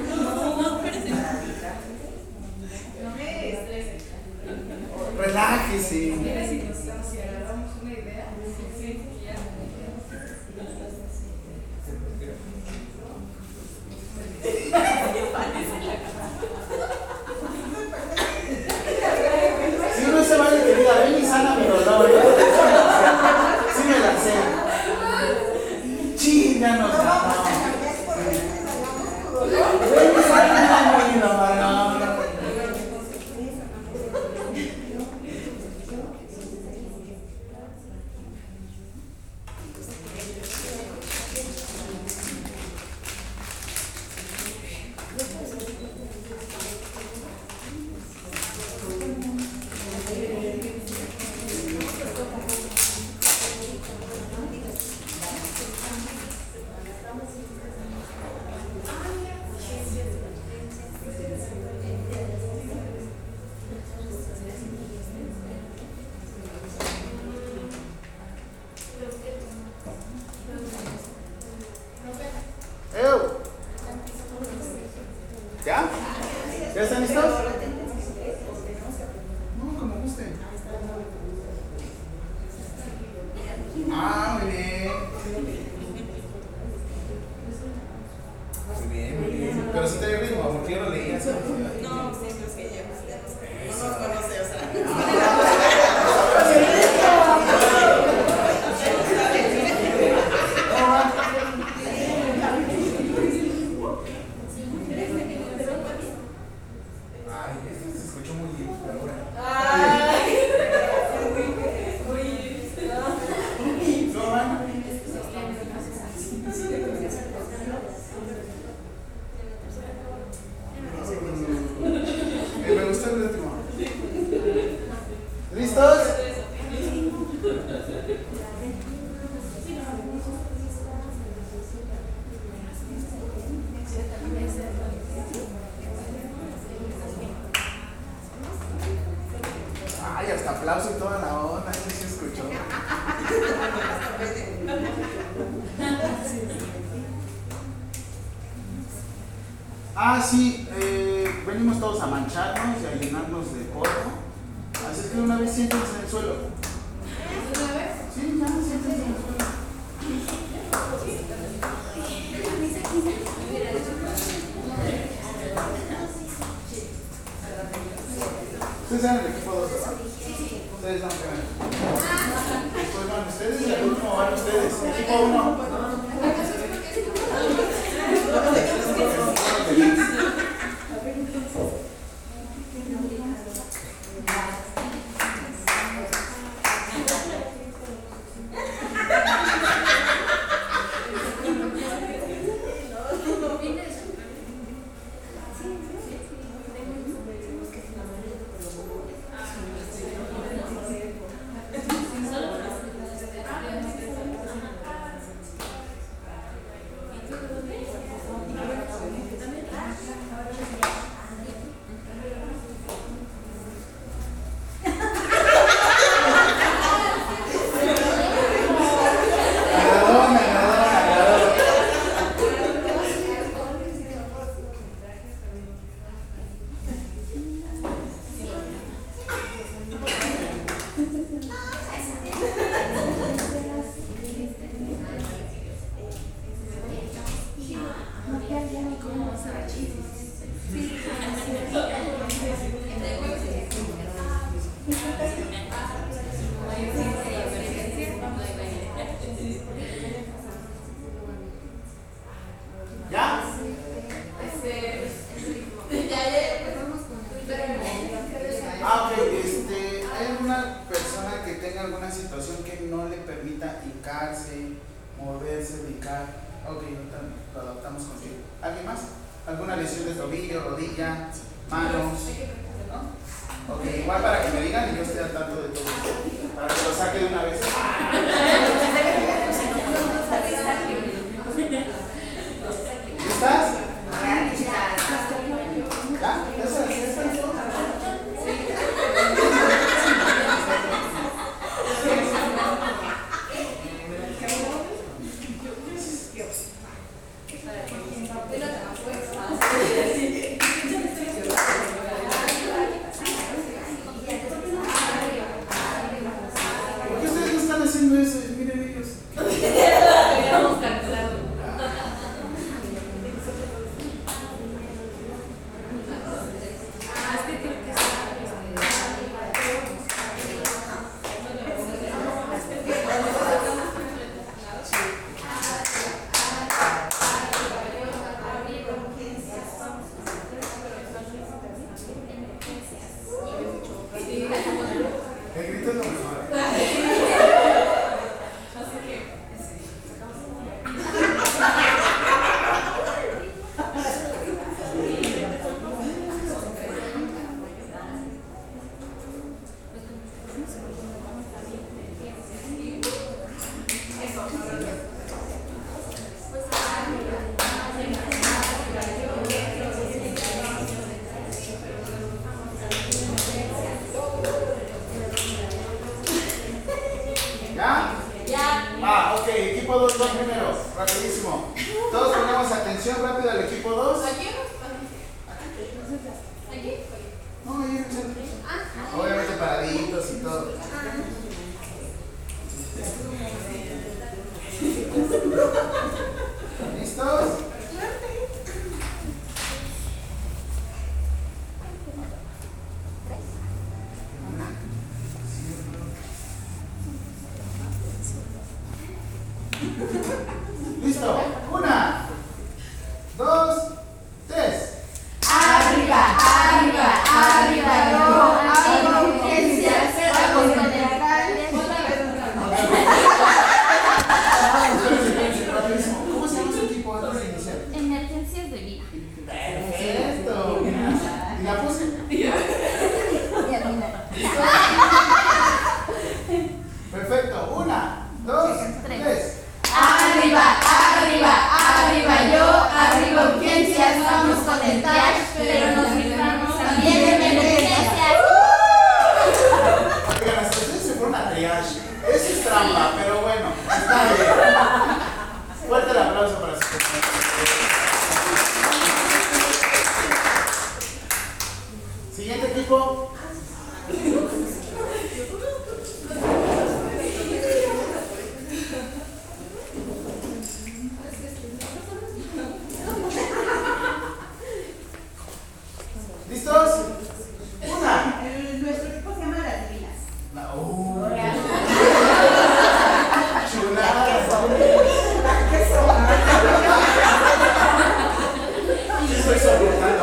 Relájese. Si no se vale, querida, ven y sana mi dolor. Sí me la sé. Chinga, no sé. Ven y sana mi dolor. ¿Ya? ¿Ya están listos? No, como gusten. Ah, muy bien. Muy bien, muy bien. Pero si trae ritmo, porque yo lo leí así. No, sí, es que ya no nos conoce, o sea. Me gustó el último. ¿Listos? Ay, hasta aplauso y toda la onda, eso sí escuchó. Ah, sí, eh, venimos todos a mancharnos y a llenarnos de polvo. Así que una vez siéntense en el suelo. ¿Una vez? Sí, ya, siéntense en el suelo. Ustedes eran el equipo dos, ¿verdad? Ustedes van primero. Después van ustedes y al último van ustedes. Equipo uno. ¿Ya? Ah, ok, este, hay alguna persona que tenga alguna situación que no le permita hincarse, moverse, brincar. Ok, ahorita lo adaptamos contigo. ¿Alguien más? ¿Alguna lesión de tobillo, rodilla, manos? ¿No? Ok, igual para que me digan y yo esté al tanto de todo esto. Para que lo saque de una vez. ¿Estás? ¿Ya? ¿Ya estás? ¿Por qué ustedes no están haciendo eso? Miren ellos. El grito es lo mejor. ¿Ya? Ya. Ah, ok, equipo dos, dos primero, rapidísimo. Todos pongamos atención rápido al equipo dos. ¿Aquí? ¿Aquí? No, ahí en el centro. Obviamente paraditos y todo. ¿Listos? Listo. Una, dos, tres. Arriba, arriba, arriba, yo hago urgencias, hago integrales. Rapidísimo. ¿Cómo se llama su equipo antes de iniciar? Emergencias de vida. Perfecto. ¿Y la puse? Perfecto. Una, dos, tres. Arriba, arriba, arriba, yo arriba urgencias, vamos con el trash, pero nos rifamos también en emergencias. Oigan, las ustedes se fueron a triage. Eso es trampa, pero bueno, está bien. Fuerte el aplauso para sus compañeros. Siguiente equipo. ¿Listos? Una. Nuestro equipo se llama Las Divinas. La- uh. Chulada. Estoy soportando.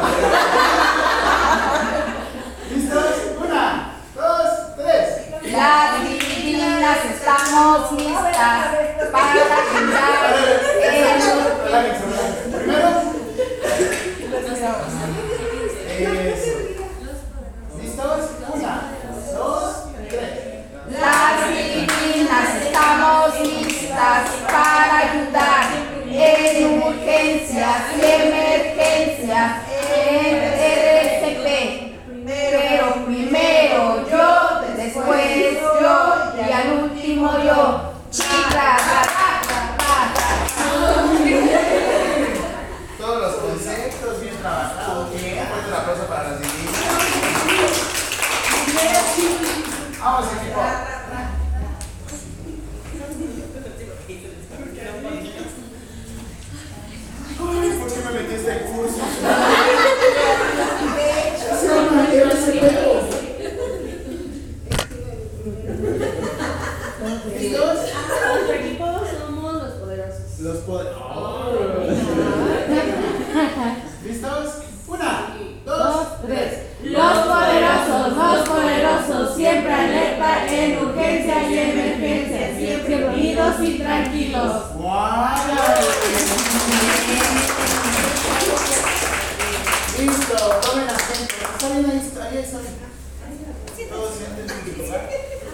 ¿Listos? Una, dos, tres. Las Divinas estamos listas para cantar el Relájense, relájense. Primero. Eso. ¿Listos? Una, dos, tres. Las Divinas estamos listas para ayudar en urgencias y emergencias en R S P. Pero primero yo, después yo y al último yo. Ra, ra, ra, ra, ra. Todos los conceptos bien trabajados. Bien. Fuerte el aplauso para las divinas. Vamos, equipo. Ay, ¿por qué me metí a este curso? ¿Listos? Nuestro equipo somos los poderosos. Los poderosos. ¿Listos? Una, dos, tres. Los poderosos, los poderosos, siempre alerta en urgencia y emergencia, siempre unidos y tranquilos. ¡Wow! Listo, tomen asiento. ¿Está bien ahí? ¿Está bien? ¿Está bien? Todos sienten en su lugar.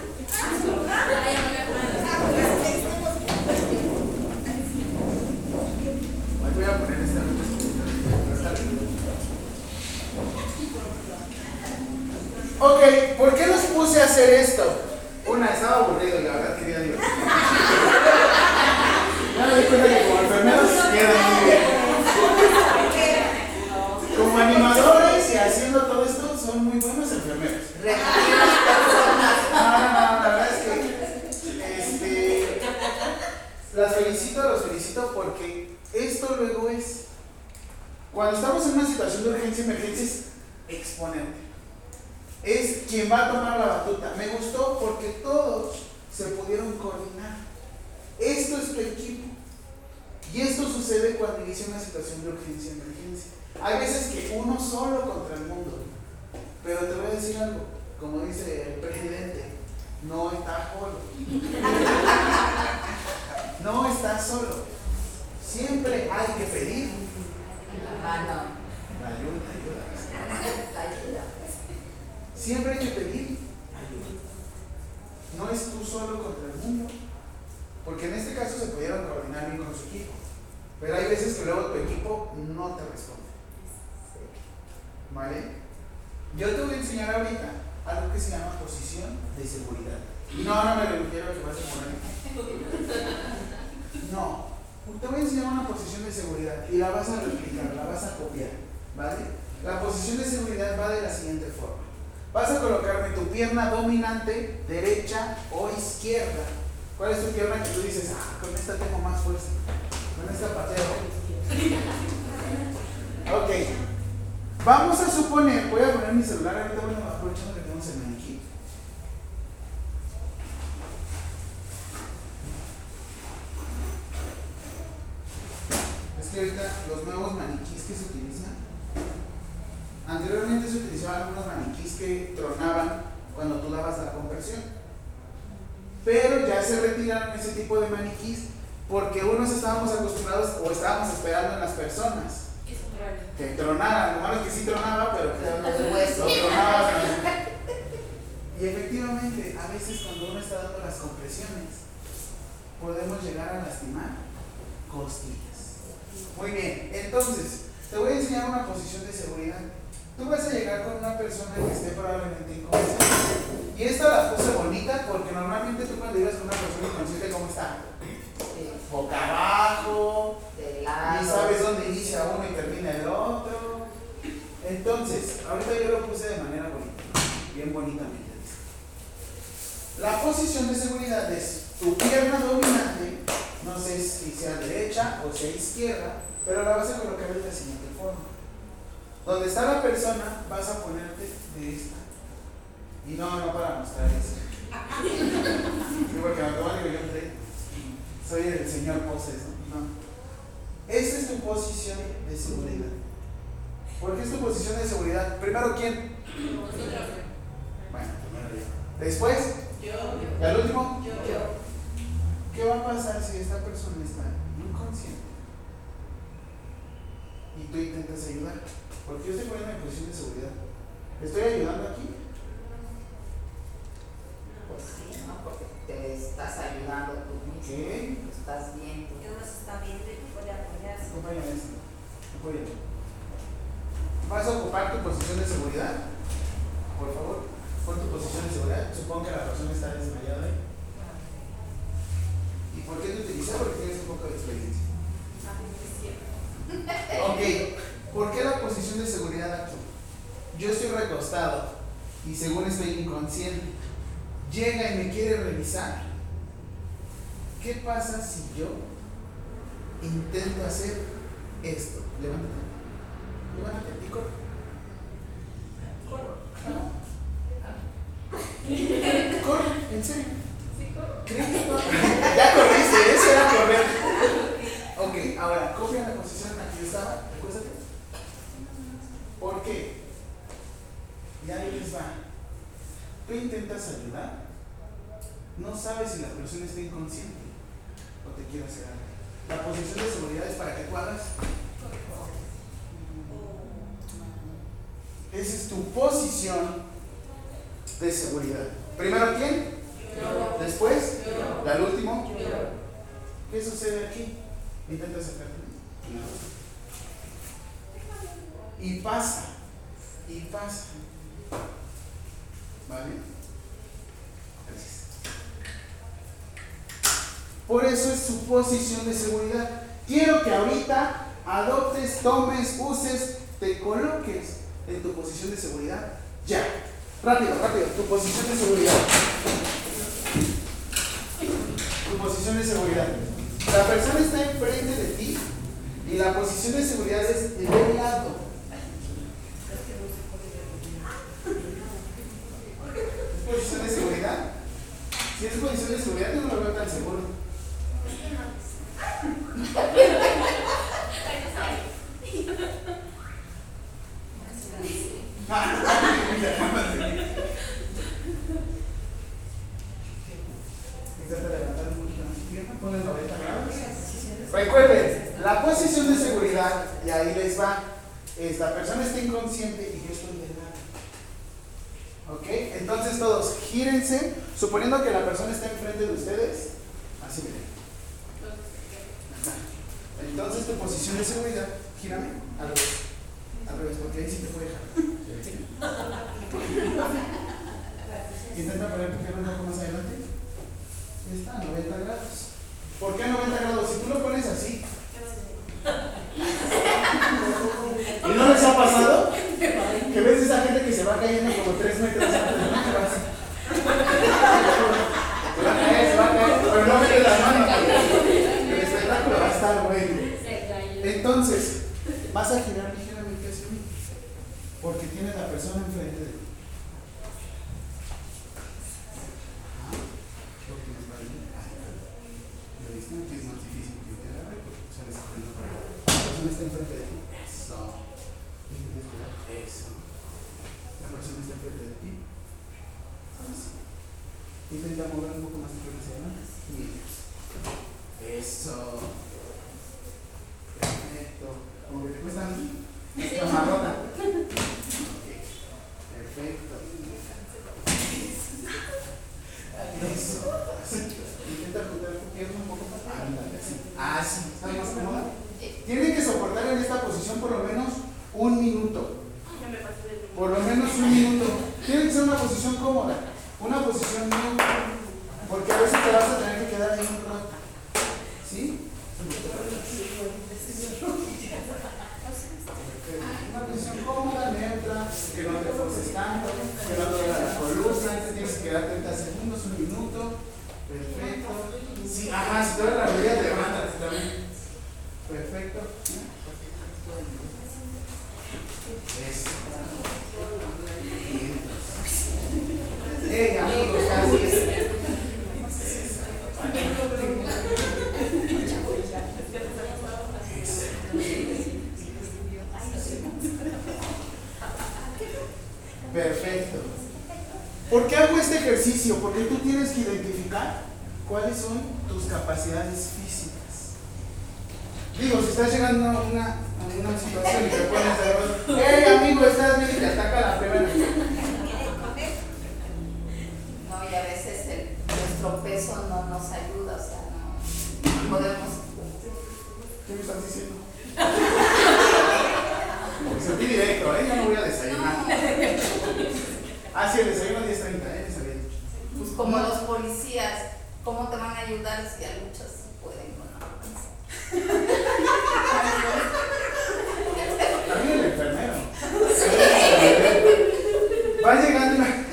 Voy a poner esta nota. Ok, ¿por qué los puse a hacer esto? Una, estaba aburrido y la verdad quería divertirme. Ya me di cuenta que como enfermeros quedan muy bien. Como animadores y haciendo todo esto, son muy buenos enfermeros. No, no, no, la verdad es que este, las felicito, los felicito porque esto luego es, cuando estamos en una situación de urgencia y emergencia, es exponente. Es quien va a tomar la batuta. Me gustó porque todos se pudieron coordinar. Esto es tu equipo. Y esto sucede cuando inicia una situación de urgencia y emergencia. Hay veces que uno solo contra el mundo. Pero te voy a decir algo, como dice el presidente, no está solo. No está solo. Siempre hay que pedir Ah, no. la ayuda, ayuda. La ayuda. Siempre hay que pedir ayuda. No es tú solo contra el mundo. Porque en este caso se pudieron coordinar bien con su equipo. Pero hay veces que luego tu equipo no te responde. ¿Vale? Yo te voy a enseñar ahorita algo que se llama posición de seguridad. Y no, no me refiero a que vas a poner. No. Te voy a enseñar una posición de seguridad y la vas a replicar, la vas a copiar. ¿Vale? La posición de seguridad va de la siguiente forma. Vas a colocarme tu pierna dominante, derecha o izquierda. ¿Cuál es tu pierna que tú dices, ah, con esta tengo más fuerza? Con esta pateo. Ok. Vamos a suponer, voy a poner mi celular ahorita, bueno, aprovechando que tenemos el maniquí. Es que ahorita los nuevos maniquís que se utilizan, anteriormente se utilizaban algunos maniquís que tronaban cuando tú dabas la compresión. Pero ya se retiraron ese tipo de maniquís porque unos estábamos acostumbrados o estábamos esperando en las personas que tronaran. Lo malo es que sí tronaba, pero que Los huesos. lo tronaba. Y efectivamente, a veces cuando uno está dando las compresiones, podemos llegar a lastimar costillas. Muy bien, entonces, te voy a enseñar una posición de seguridad. Tú vas a llegar con una persona que esté probablemente inconsciente. Y esta la puse bonita porque normalmente tú cuando llegas con una persona inconsciente, ¿cómo está? Boca abajo, De lado. y sabes dónde inicia uno y termina el otro. Entonces, ahorita yo lo puse de manera bonita, bien bonitamente. La posición de seguridad es tu pierna dominante, no sé si sea derecha o sea izquierda, pero la vas a colocar de la siguiente forma. Donde está la persona, vas a ponerte de esta. Y no, no para mostrar eso. Sí, porque en automático yo entré. Soy el señor Poses, ¿no? No. Esta es tu posición de seguridad. ¿Por qué es tu posición de seguridad? Primero, ¿quién? Nosotros. Bueno, primero yo. Después, Yo. ¿y al último? Yo. ¿Qué va a pasar si esta persona está inconsciente y tú intentas ayudar? Porque yo estoy poniendo en posición de seguridad. ¿Estoy ayudando aquí? Pues sí, ¿no? Porque te estás ayudando tú mismo. ¿Qué? Lo estás viendo. Que uno se está viendo y puede apoyarse. Acompáñame esto. Apóyame. ¿Vas a ocupar tu posición de seguridad? Por favor, pon tu posición de seguridad. Supongo que la persona está desmayada ahí. ¿Y por qué te utilizas? Porque tienes un poco de experiencia. Ok, ¿por qué la posición de seguridad aquí? Yo estoy recostado y según estoy inconsciente. Llega y me quiere revisar. ¿Qué pasa si yo intento hacer esto? Levántate. Levántate y corre. Corre. Corre, en serio. Ya corriste, eso era correr. Ok, ahora, copia la posición en la que yo estaba. Recuérdate. ¿Por qué? Y ahí les va. Tú intentas ayudar. No sabes si la persona está inconsciente o te quiere hacer algo. La posición de seguridad es para que tú hagas. Esa es tu posición de seguridad. Primero, ¿quién? Yo. Después, yo. ¿Y al último? Yo. ¿Qué sucede aquí? Intenta acercarte. No. Y pasa. Y pasa. ¿Vale? Gracias. Por eso es su posición de seguridad. Quiero que ahorita adoptes, tomes, uses, te coloques en tu posición de seguridad. Ya. Rápido, rápido. Tu posición de seguridad. Tu posición de seguridad. La persona está enfrente de ti y la posición de seguridad es de un lado. ¿Es posición de seguridad? Si es posición de seguridad, yo no lo veo tan seguro. Recuerden, la posición de seguridad, y ahí les va, es la persona está inconsciente y yo estoy del lado. ¿Ok? Entonces todos gírense, suponiendo que la persona está enfrente de ustedes, así miren. Entonces tu posición de seguridad, gírame, al revés, al revés, porque ahí sí te puede dejar. Intenta poner tu pierna un poco más adelante. Ya está, noventa grados. ¿Por qué noventa grados? Si tú lo pones así. ¿Y no les ha pasado? Que ves esa gente que se va cayendo como tres metros antes de la base. Se va a caer, se va a caer, pero no mete las manos. El espectáculo va a estar bueno. Entonces, vas a girar ligeramente hacia mí, porque tienes la persona enfrente de ti. Que es más difícil que te agarre porque sales corriendo para allá. La persona está enfrente de ti. Eso. Eso. La persona está enfrente de ti. Intenta mover un poco más de hacia adelante. Eso. Perfecto. Como que te cuesta una camarota. Ok. Perfecto. Eso. Intenta juntar tu pierna un poco más. Ándale, así. Ah, sí. ¿Estás más cómoda? Tienen que soportar en esta posición por lo menos un minuto. Por lo menos un minuto. Tiene que ser una posición cómoda. Una posición neutra. Porque a veces te vas a tener que quedar ahí un rato. ¿Sí? Una posición cómoda, neutra, que no te forces tanto, que no te duele la columna, te tienes que quedar treinta segundos, un minuto. Perfecto. Sí, ajá, si te duele la rodilla, te levantas también. Perfecto. Eso. Hey, amigos, casi. Perfecto. ¿Por qué hago este ejercicio? Porque tú tienes que identificar cuáles son tus capacidades físicas. Digo, si estás llegando a una, a una situación y te pones de ver, hey amigo, estás bien y te ataca la primera. No, y a veces el, nuestro peso no nos ayuda, o sea, no podemos. ¿Qué me estás diciendo? Porque sentí directo, ¿eh? Ya no voy a desayunar. Ah, sí, el desayuno a diez treinta, ¿eh? Les había dicho. Pues como los policías, ¿cómo te van a ayudar si a muchos sí pueden con la panza? También el enfermero. Va llegando y me...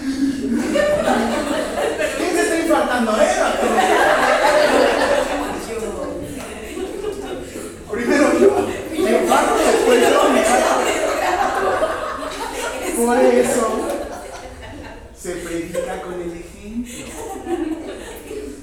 ¿Quién se está infartando? ¿Eh? Primero yo, me infarto, después yo me infarto. Por eso se predica con el ejemplo.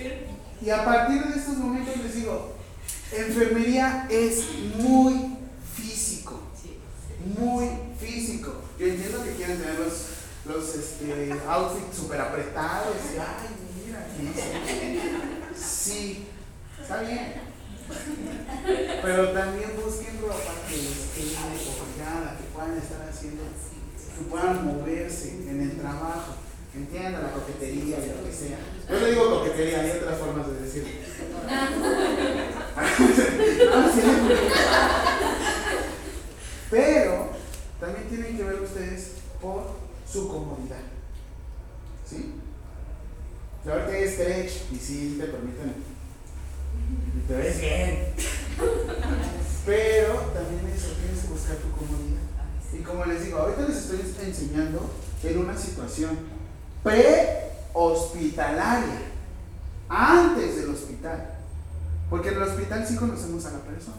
Y a partir de estos momentos les digo, enfermería es muy físico, muy físico. Yo entiendo que quieren tener los, los este, outfits súper apretados y ay, mira, que no sé. Sí, está bien. Pero también busquen ropa que les quede apropiada, que puedan estar haciendo, que puedan moverse en el trabajo. Entiendan la coquetería y lo que sea. Yo le digo coquetería, hay otras formas de decirlo. No, sí. Pero también tienen que ver ustedes por su comodidad. ¿Sí? Claro que hay stretch y sí te permiten, te ves bien. Pero también eso, tienes que buscar tu comodidad. Y como les digo, ahorita les estoy enseñando en una situación pre-hospitalaria, antes del hospital. Porque en el hospital sí conocemos a la persona.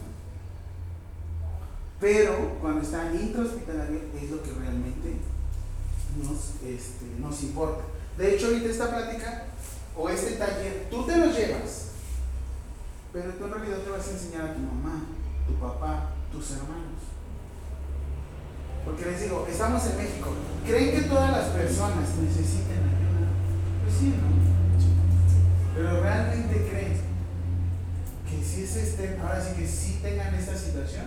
Pero cuando está intrahospitalario es lo que realmente nos, este, nos importa. De hecho, ahorita esta plática o este taller, tú te lo llevas, pero tú en realidad te vas a enseñar a tu mamá, tu papá, tus hermanos. Porque les digo, estamos en México. ¿Creen que todas las personas necesiten ayuda? Pues sí, ¿no? Pero realmente creen que si es este, ahora sí que sí tengan esta situación,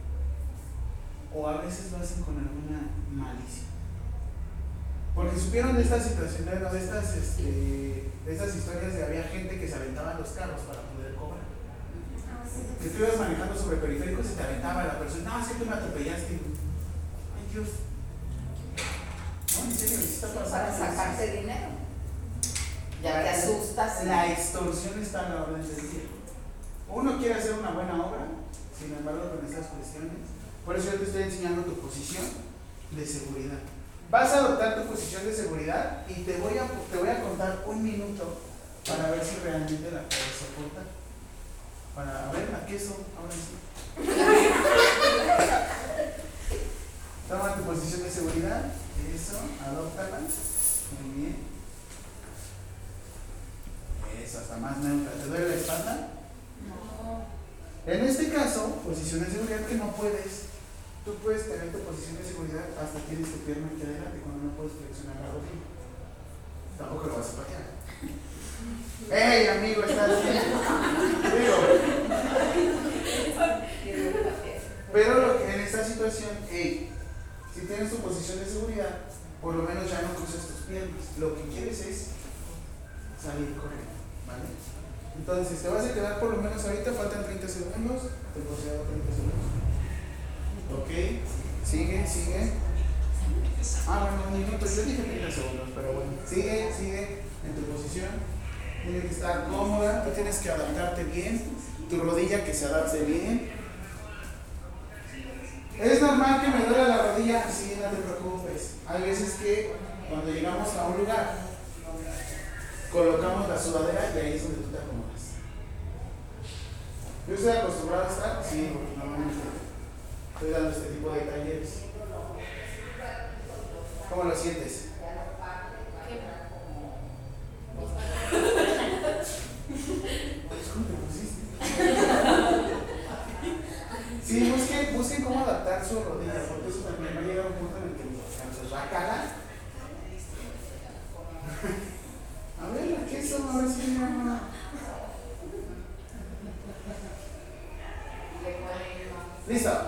o a veces lo hacen con alguna malicia. Porque supieron de estas situaciones, de estas, este, de estas historias de había gente que se aventaba los carros para poder cobrar. Que tú ibas manejando sobre periféricos y te aventaba la persona, no, es que tú me atropellaste. Ay Dios. No, en serio, ¿qué está pasando? Para sacarte dinero. Ya te asustas. La extorsión está a la orden del día. Uno quiere hacer una buena obra, sin embargo, con estas cuestiones. Por eso yo te estoy enseñando tu posición de seguridad. Vas a adoptar tu posición de seguridad y te voy a, te voy a contar un minuto para ver si realmente la puedes soportar. Para ver a qué son, ahora sí. Toma tu posición de seguridad. Eso, adóptala. Muy bien. Eso, hasta más neutra. ¿Te duele la espalda? No. En este caso, posición de seguridad que no puedes. Tú puedes tener tu posición de seguridad hasta tienes tu pierna aquí adelante cuando no puedes flexionar la rodilla. Tampoco lo vas a patear. ¡Ey, amigo! ¿Estás bien? Digo. Pero lo que en esta situación, hey, si tienes tu posición de seguridad, por lo menos ya no cruzas tus piernas. Lo que quieres es salir corriendo, ¿vale? Entonces, te vas a quedar por lo menos ahorita, faltan treinta segundos. Te concedo treinta segundos. Ok, sigue, sigue. Ah, bueno, un minuto, yo dije treinta segundos, pero bueno. Sigue, sigue en tu posición. Tienes que estar cómoda, tú tienes que adaptarte bien. Tu rodilla que se adapte bien. ¿Es normal que me duele la rodilla? Sí, no te preocupes. Hay veces que cuando llegamos a un lugar, colocamos la sudadera y ahí es donde tú te acomodas. Yo estoy acostumbrado a estar, sí, porque normalmente estoy dando este tipo de talleres. ¿Cómo lo sientes? ¿Cómo te pusiste? Sí, busquen, busquen cómo adaptar su rodilla, porque eso también va a llegar a un punto en el que cuando se va a cagar. A ver, ¿qué son? A ver si me llama. ¿Listo?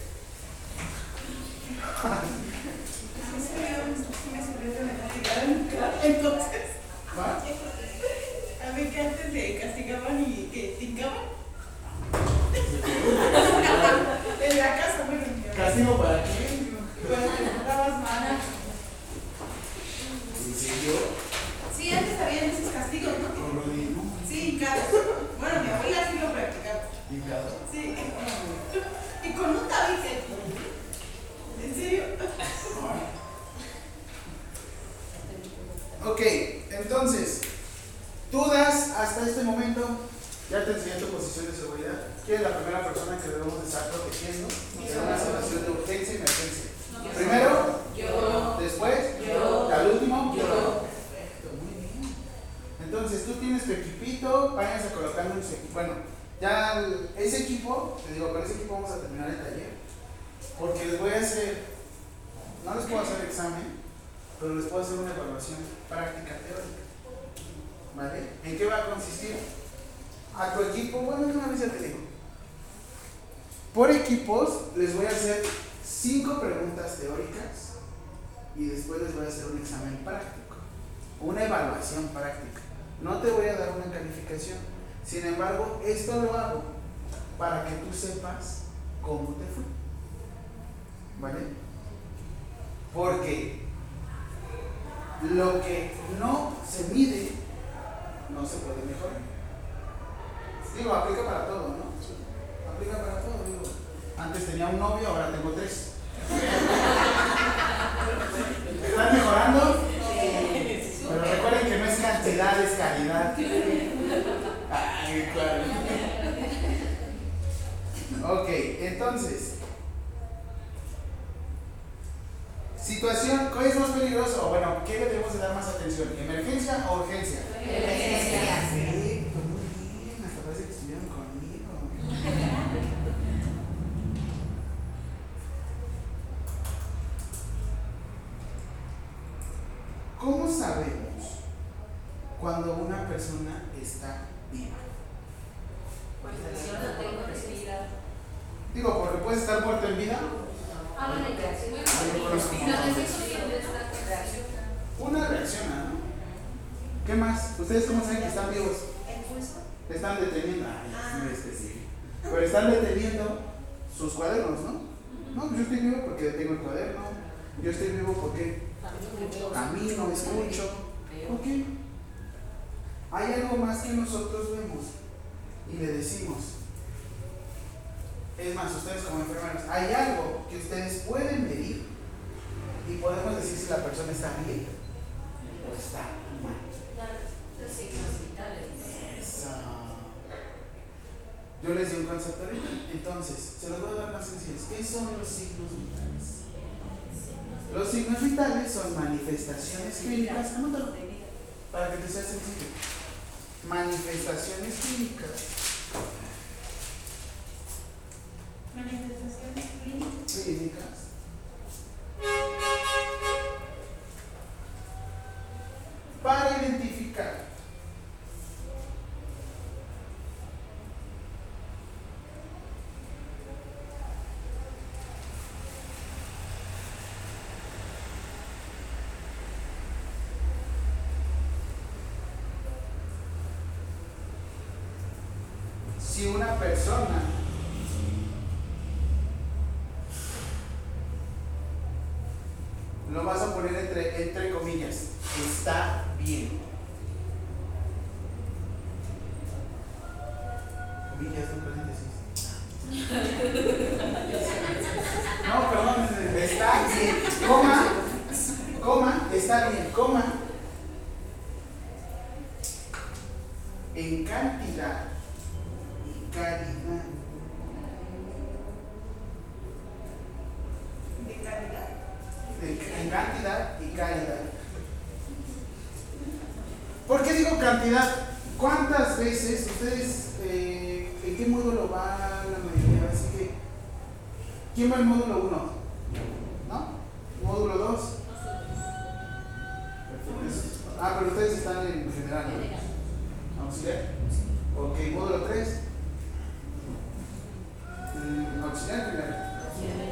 Entonces, ¿Va? a ver que antes le castigaban y que tincaban. En la casa, bueno, ¿Castigo para qué? para que no dabas mano. ¿En serio? Sí, antes había esos castigos, ¿no? ¿Con rodillo? Sí, claro. Bueno, mi abuela sí lo practicaba. ¿Picado? Sí. Y con un tabique. ¿En serio? Ok, entonces, tú das hasta este momento, ya te enseñé tu posición de seguridad. ¿Quién es la primera persona que debemos de estar protegiendo en una situación de urgencia y emergencia? Primero, Yo. después, Yo. al último, Yo. Perfecto, muy bien. Entonces tú tienes tu equipito, váyanse colocando en su equipo. Bueno, ya el- ese equipo, te digo, con ese equipo vamos a terminar el taller. Porque les voy a hacer, no les puedo hacer examen, pero les puedo hacer una evaluación práctica teórica. ¿Vale? ¿En qué va a consistir? A tu equipo, bueno, una vez ya te digo. Por equipos les voy a hacer cinco preguntas teóricas y después les voy a hacer un examen práctico, una evaluación práctica. No te voy a dar una calificación. Sin embargo, esto lo hago para que tú sepas cómo te fue. ¿Vale? Porque lo que no se mide no se puede mejorar. Digo, aplica para todo, ¿no? Aplica para todo, digo. Antes tenía un novio, ahora tengo tres. ¿Están mejorando? Pero recuerden que no es cantidad, es calidad. Ay, claro. Ok, entonces. Situación, ¿cuál es más peligroso? Bueno, ¿qué le debemos de dar más atención? ¿Emergencia o urgencia? Emergencia. Perfecto, muy bien, hasta parece que estuvieron conmigo. ¿Cómo sabemos cuando una persona está viva? Yo no tengo necesidad. Digo, porque puedes estar muerto en vida. Ah, bueno, ya, sí, bueno, Yo conozco sí, un no montón. necesito siempre estar reaccionando. Una reacciona, ¿no? ¿Qué más? ¿Ustedes cómo saben que están vivos? ¿El pulso? Están deteniendo. Ay, es muy específico. Pero están deteniendo sus cuadernos, ¿no? No, pues yo estoy vivo porque tengo el cuaderno. Yo estoy vivo porque camino, escucho. ¿Por qué? Hay algo más que nosotros vemos y le decimos. Es más, ustedes como enfermeros, hay algo que ustedes pueden medir y podemos decir si la persona está bien o está mal. Los signos vitales. Eso. Yo les di un concepto ahorita, entonces, se los voy a dar más sencillos. ¿Qué son los signos vitales? Los signos vitales son manifestaciones clínicas, anótalo, para que te sea sencillo. Manifestaciones clínicas. Manifestaciones clínicas. Clínicas. Para identificar si una persona lo vas a poner entre, entre comillas, está bien. Comillas, no paréntesis. No, perdón, está bien. Coma, coma, está bien, coma. En cantidad y calidad. De calidad. En cantidad y calidad. ¿Por qué digo cantidad? ¿Cuántas veces ustedes, eh, en qué módulo va la mayoría? Así que, ¿quién va al módulo uno? ¿No? ¿Módulo dos? Perfecto. Ah, pero ustedes están en general, ¿no? ¿Auxiliar? Ok, módulo tres. ¿Auxiliar o general?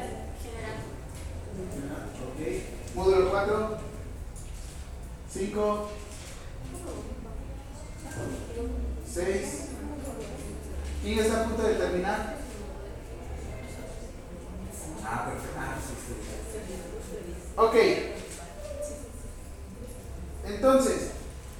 Ok. Módulo cuatro. cinco. seis. ¿Quién está a punto de terminar? Ah, perfecto. Ah, sí, sí. Ok. Entonces,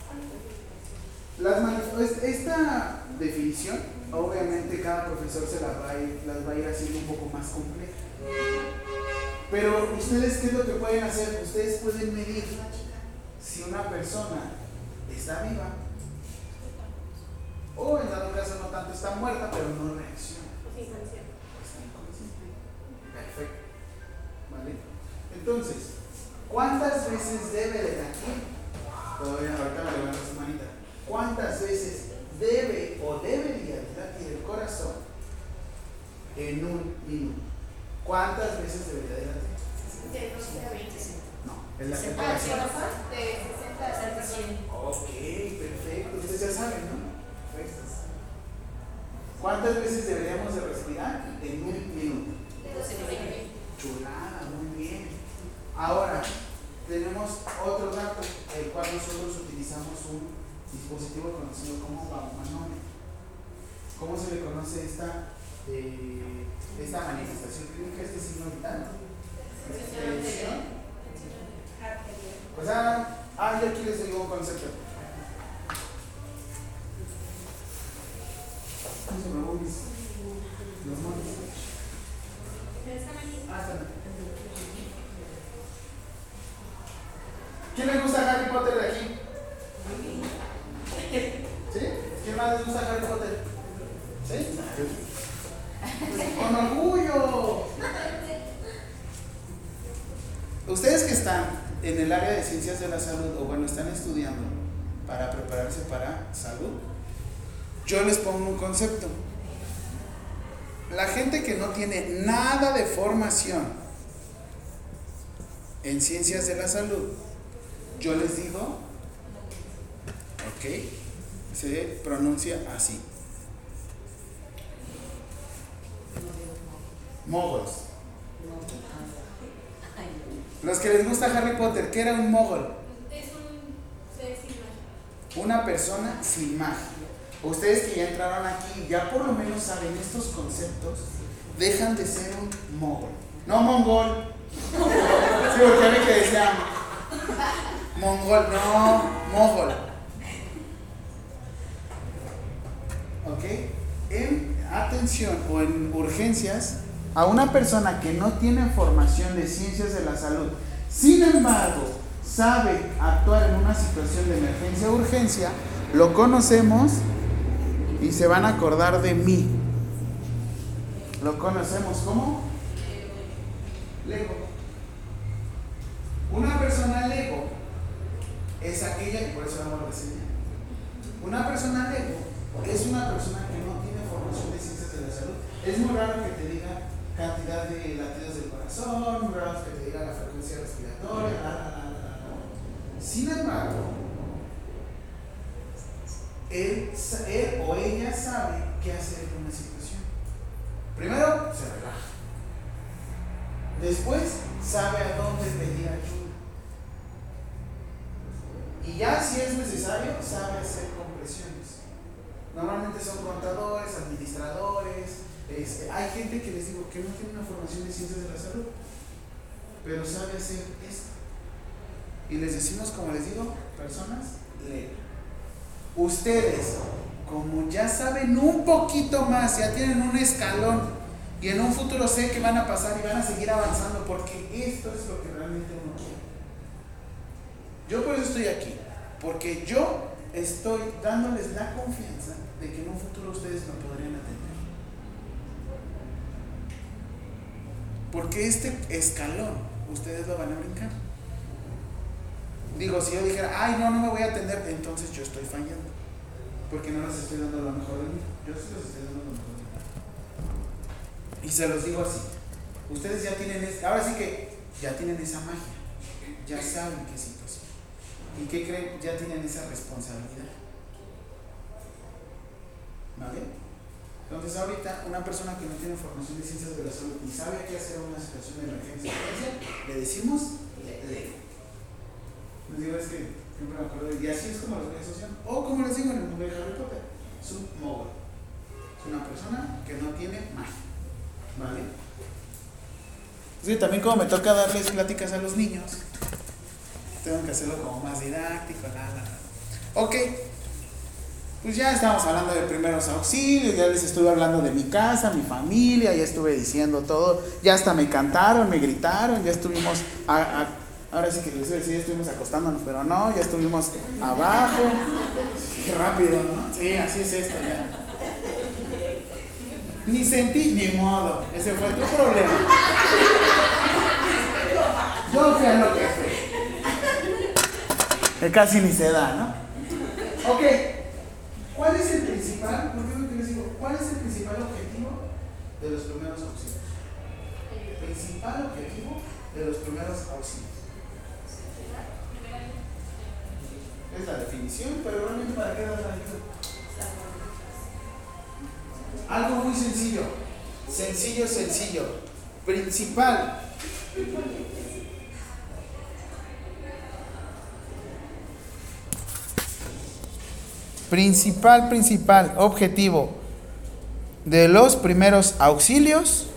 las manif- esta definición, obviamente cada profesor se las va, a ir, las va a ir haciendo un poco más compleja. Pero ustedes, ¿qué es lo que pueden hacer? Ustedes pueden medir si una persona está viva o en dado caso no tanto está muerta, pero no reacciona. Está inconsciente. Perfecto. ¿Vale? Entonces, ¿cuántas veces debe de aquí? Todavía ahorita me levanto su manita. debe o debería de latir el corazón en un minuto? ¿Cuántas veces debería de latir? De doce a veinticinco. No, el late el Ah, corazón. corazón de sesenta a cien. Ok, perfecto. Ustedes ya saben, ¿no? Perfecto. ¿Cuántas veces deberíamos de respirar en un minuto? De doce a veinte. Chulada, muy bien. Ahora, tenemos otro dato, el cual nosotros utilizamos un dispositivo conocido como baumanómetro. ¿Cómo se le conoce esta, eh, esta manifestación clínica, este signo vital? Tensión. Pues ah, ah, yo aquí les digo un concepto. ¿Cómo se me van mis los monos? Ah, está bien. ¿Quién les gusta Harry Potter de aquí? ¿Sí? ¿Quién más les gusta Harry Potter? ¿Sí? ¡Con orgullo! Ustedes que están en el área de ciencias de la salud, o bueno, están estudiando para prepararse para salud, yo les pongo un concepto. La gente que no tiene nada de formación en ciencias de la salud, yo les digo, ok, se pronuncia así: mogols. Los que les gusta Harry Potter, ¿qué era un mogol? Es un ser sin magia. Una persona sin magia. Ustedes que ya entraron aquí, ya por lo menos saben estos conceptos, dejan de ser un mogol. No mongol. Sí, porque a mí que decían mongol, no, mogol. ¿Ok? En atención o en urgencias, a una persona que no tiene formación de ciencias de la salud, sin embargo, sabe actuar en una situación de emergencia o urgencia, lo conocemos y se van a acordar de mí. Lo conocemos como lego. Una persona lego es aquella, y por eso vamos a reseñar. Una persona lego es una persona que no tiene formación de ciencias de la salud. Es muy raro que te diga cantidad de latidos del corazón, muy raro que te diga la frecuencia respiratoria, la, la, la, la, la. Sin embargo, él, él o ella sabe qué hacer en una situación. Primero, se relaja. Después, sabe a dónde pedir ayuda. Y ya si es necesario, sabe hacer compresiones. Normalmente son contadores, administradores. Este, hay gente que les digo que no tiene una formación de ciencias de la salud, pero sabe hacer esto. Y les decimos, como les digo, personas leen. Ustedes, como ya saben un poquito más, ya tienen un escalón, y en un futuro sé que van a pasar y van a seguir avanzando, porque esto es lo que realmente uno quiere. Yo por eso estoy aquí, porque yo estoy dándoles la confianza de que en un futuro ustedes me podrían atender. Porque este escalón ustedes lo van a brincar. Digo, si yo dijera, ay, no, no me voy a atender, entonces yo estoy fallando, porque no les estoy dando lo mejor de mí. Yo sí les estoy dando lo mejor de mí. Y se los digo así: ustedes ya tienen, es, ahora sí que ya tienen esa magia, ya saben qué situación. ¿Y qué creen? Ya tienen esa responsabilidad. ¿Vale? Entonces ahorita una persona que no tiene formación de ciencias de la salud y sabe qué hacer en una situación de emergencia, le decimos lee. Les digo, es que siempre me acuerdo, y así es como los voy a asociar. O como les digo en el mundo de Harry Potter, es un mogol. Es una persona que no tiene magia. ¿Vale? Sí, también como me toca darles pláticas a los niños, tengo que hacerlo como más didáctico, la, la, la. Ok, pues ya estamos hablando de primeros auxilios, ya les estuve hablando de mi casa, mi familia, ya estuve diciendo todo, ya hasta me cantaron, me gritaron, ya estuvimos, a, a, ahora sí que les voy a decir, ya estuvimos acostándonos, pero no, ya estuvimos abajo, qué rápido, ¿no? Sí, así es esto ya. Ni sentí, ni modo, ese fue tu problema. Yo fui a lo que fue. Que casi ni se da, ¿no? Ok, ¿Cuál es el principal? ¿Por qué es lo que les digo? ¿Cuál es el principal objetivo de los primeros auxilios? Principal objetivo de los primeros auxilios. Es la definición, pero realmente ¿para qué das la ayuda? Algo muy sencillo. Sencillo, sencillo. Principal. Principal, principal objetivo de los primeros auxilios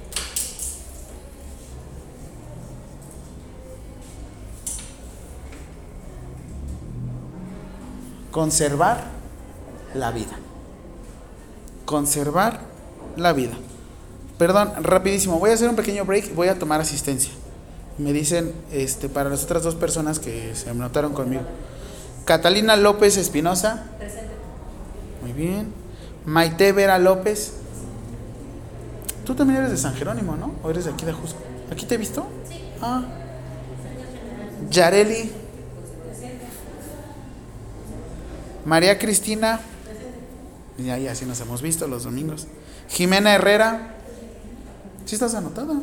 conservar la vida. Conservar la vida. Perdón, rapidísimo, voy a hacer un pequeño break, voy a tomar asistencia. Me dicen, este, para las otras dos personas que se anotaron conmigo. Catalina López Espinosa. Presente. Muy bien. Maite Vera López. Tú también eres de San Jerónimo, ¿no? ¿O eres de aquí de Ajusco? ¿Aquí te he visto? Sí. Ah. Yareli. María Cristina. Ya, ya, sí nos hemos visto los domingos. Jimena Herrera. ¿Sí estás anotada?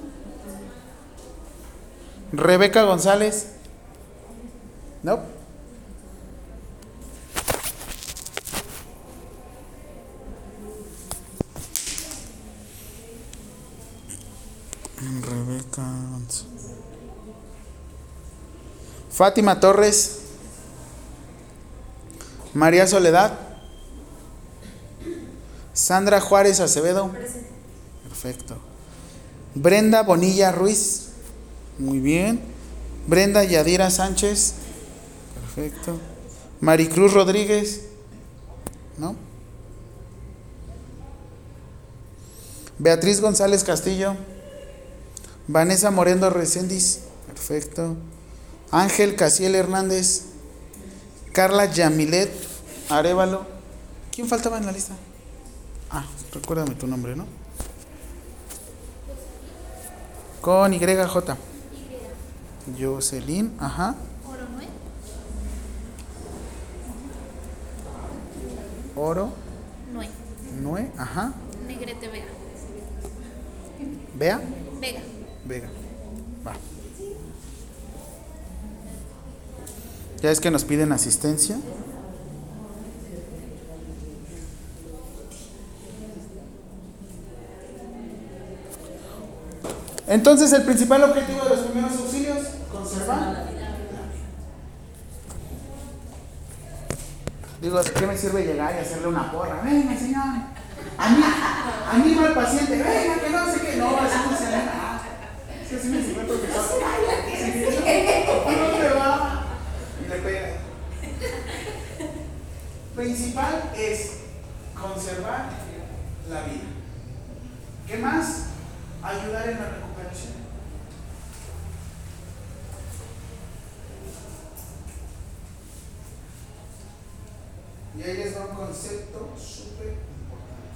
Rebeca González. No. Rebeca González. Fátima Torres. María Soledad. Sandra Juárez Acevedo. Perfecto. Brenda Bonilla Ruiz. Muy bien. Brenda Yadira Sánchez. Perfecto. Maricruz Rodríguez. ¿No? Beatriz González Castillo. Vanessa Morendo Reséndiz. Perfecto. Ángel Casiel Hernández. Carla Yamilet Arévalo. ¿Quién faltaba en la lista? Ah, recuérdame tu nombre, ¿no? Con Y J. Jocelyn, ajá. Oro Nue. Oro. Nue. Nue, ajá. Negrete Vega. Bea. Vega. Vega. Va. Ya es que nos piden asistencia. Entonces, el principal objetivo de los primeros auxilios, conservar. Digo, ¿qué me sirve llegar y hacerle una porra? Venga, señor. Anima al paciente. Venga, que no sé qué. No, así no se nada. Es que así me sirve el profesor. ¿Dónde va? Y le pega. Principal es conservar la vida. ¿Qué más? Ayudar en la recuperación. Y ahí les va un concepto súper importante.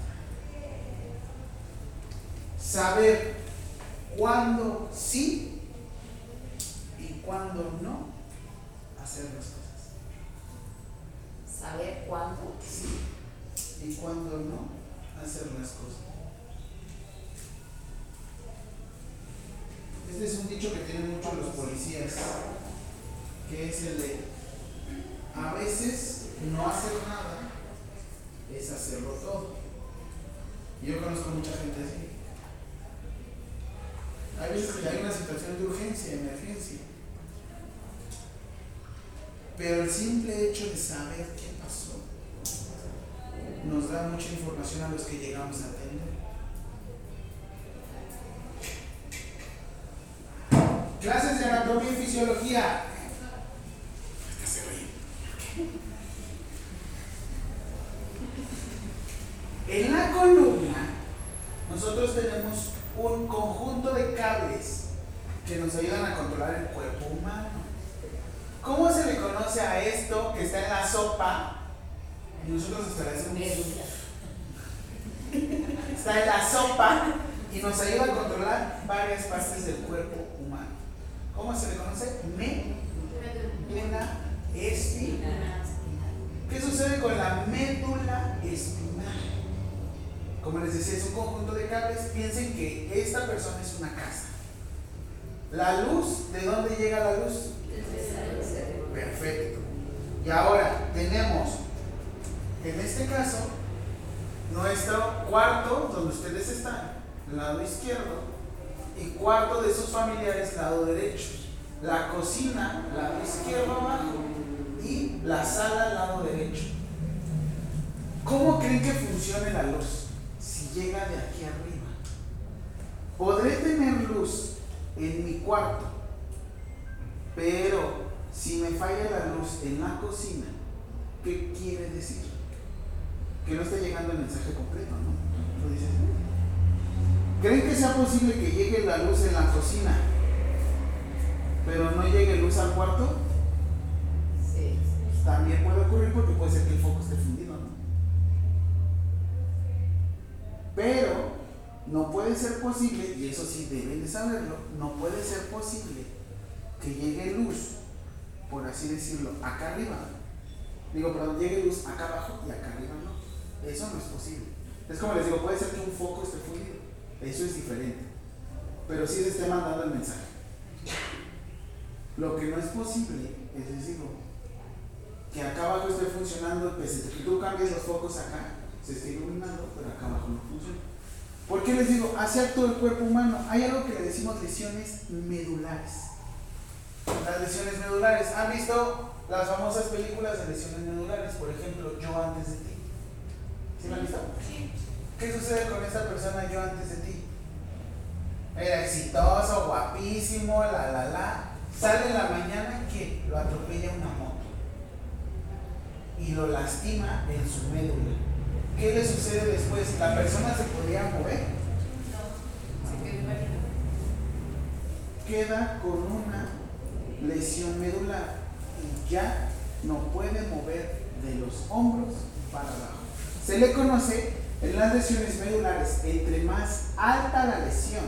Saber cuándo sí y cuándo no hacer las cosas. Saber cuándo. Sí y cuándo no hacer las cosas. Este es un dicho que tienen muchos los policías, que es el de a veces no hacer nada es hacerlo todo. Y yo conozco mucha gente así. Hay veces que hay una situación de urgencia, de emergencia, pero el simple hecho de saber qué pasó nos da mucha información a los que llegamos a atender. Clases de anatomía y fisiología. En la columna nosotros tenemos un conjunto de cables que nos ayudan a controlar el cuerpo humano. ¿Cómo se le conoce a esto que está en la sopa? Y nosotros establecemos. Está en la sopa y nos ayuda a controlar varias partes del cuerpo humano. ¿Cómo se le conoce? Médula espinal. ¿Qué sucede con la médula espinal? Como les decía, es un conjunto de cables. Piensen que esta persona es una casa. La luz, ¿de dónde llega la luz? Perfecto. Y ahora tenemos, en este caso, nuestro cuarto, donde ustedes están, lado izquierdo, y cuarto de sus familiares, lado derecho. La cocina, lado izquierdo abajo, y la sala, lado derecho. ¿Cómo creen que funcione la luz si llega de aquí arriba? Podré tener luz en mi cuarto, pero si me falla la luz en la cocina, ¿qué quiere decir? Que no está llegando el mensaje completo, ¿no? Lo dices, ¿creen que sea posible que llegue la luz en la cocina, pero no llegue luz al cuarto? Sí. También puede ocurrir porque puede ser que el foco esté fundido, ¿no? Pero no puede ser posible, y eso sí deben de saberlo, no puede ser posible que llegue luz, por así decirlo, acá arriba. Digo, perdón, llegue luz acá abajo y acá arriba no. Eso no es posible. Es como les digo, puede ser que un foco esté fundido. Eso es diferente. Pero sí se esté mandando el mensaje. Lo que no es posible es decirlo, que acá abajo esté funcionando, pese a que tú cambies los focos acá, se esté iluminando, pero acá abajo no funciona. ¿Por qué les digo? Hacia todo el cuerpo humano hay algo que le decimos lesiones medulares. Las lesiones medulares. ¿Han visto las famosas películas de lesiones medulares? Por ejemplo, Yo antes de ti. ¿Sí la han visto? Sí. ¿Qué sucede con esta persona Yo antes de ti? Era exitoso, guapísimo, la la la. Sale en la mañana que lo atropella una moto y lo lastima en su médula. ¿Qué le sucede después? ¿La persona se podría mover? No. Se quedó inválida. Queda con una lesión medular y ya no puede mover de los hombros para abajo. Se le conoce en las lesiones medulares, entre más alta la lesión,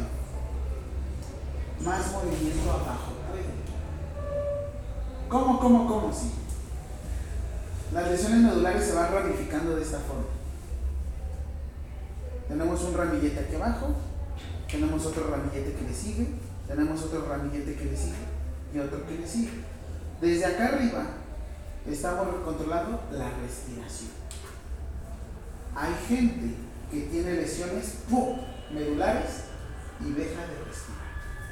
más movimiento abajo puede. ¿Cómo, cómo, cómo? Sí. Las lesiones medulares se van ramificando de esta forma. Tenemos un ramillete aquí abajo, tenemos otro ramillete que le sigue, tenemos otro ramillete que le sigue y otro que le sigue. Desde acá arriba estamos controlando la respiración. Hay gente que tiene lesiones ¡pum!, medulares y deja de respirar.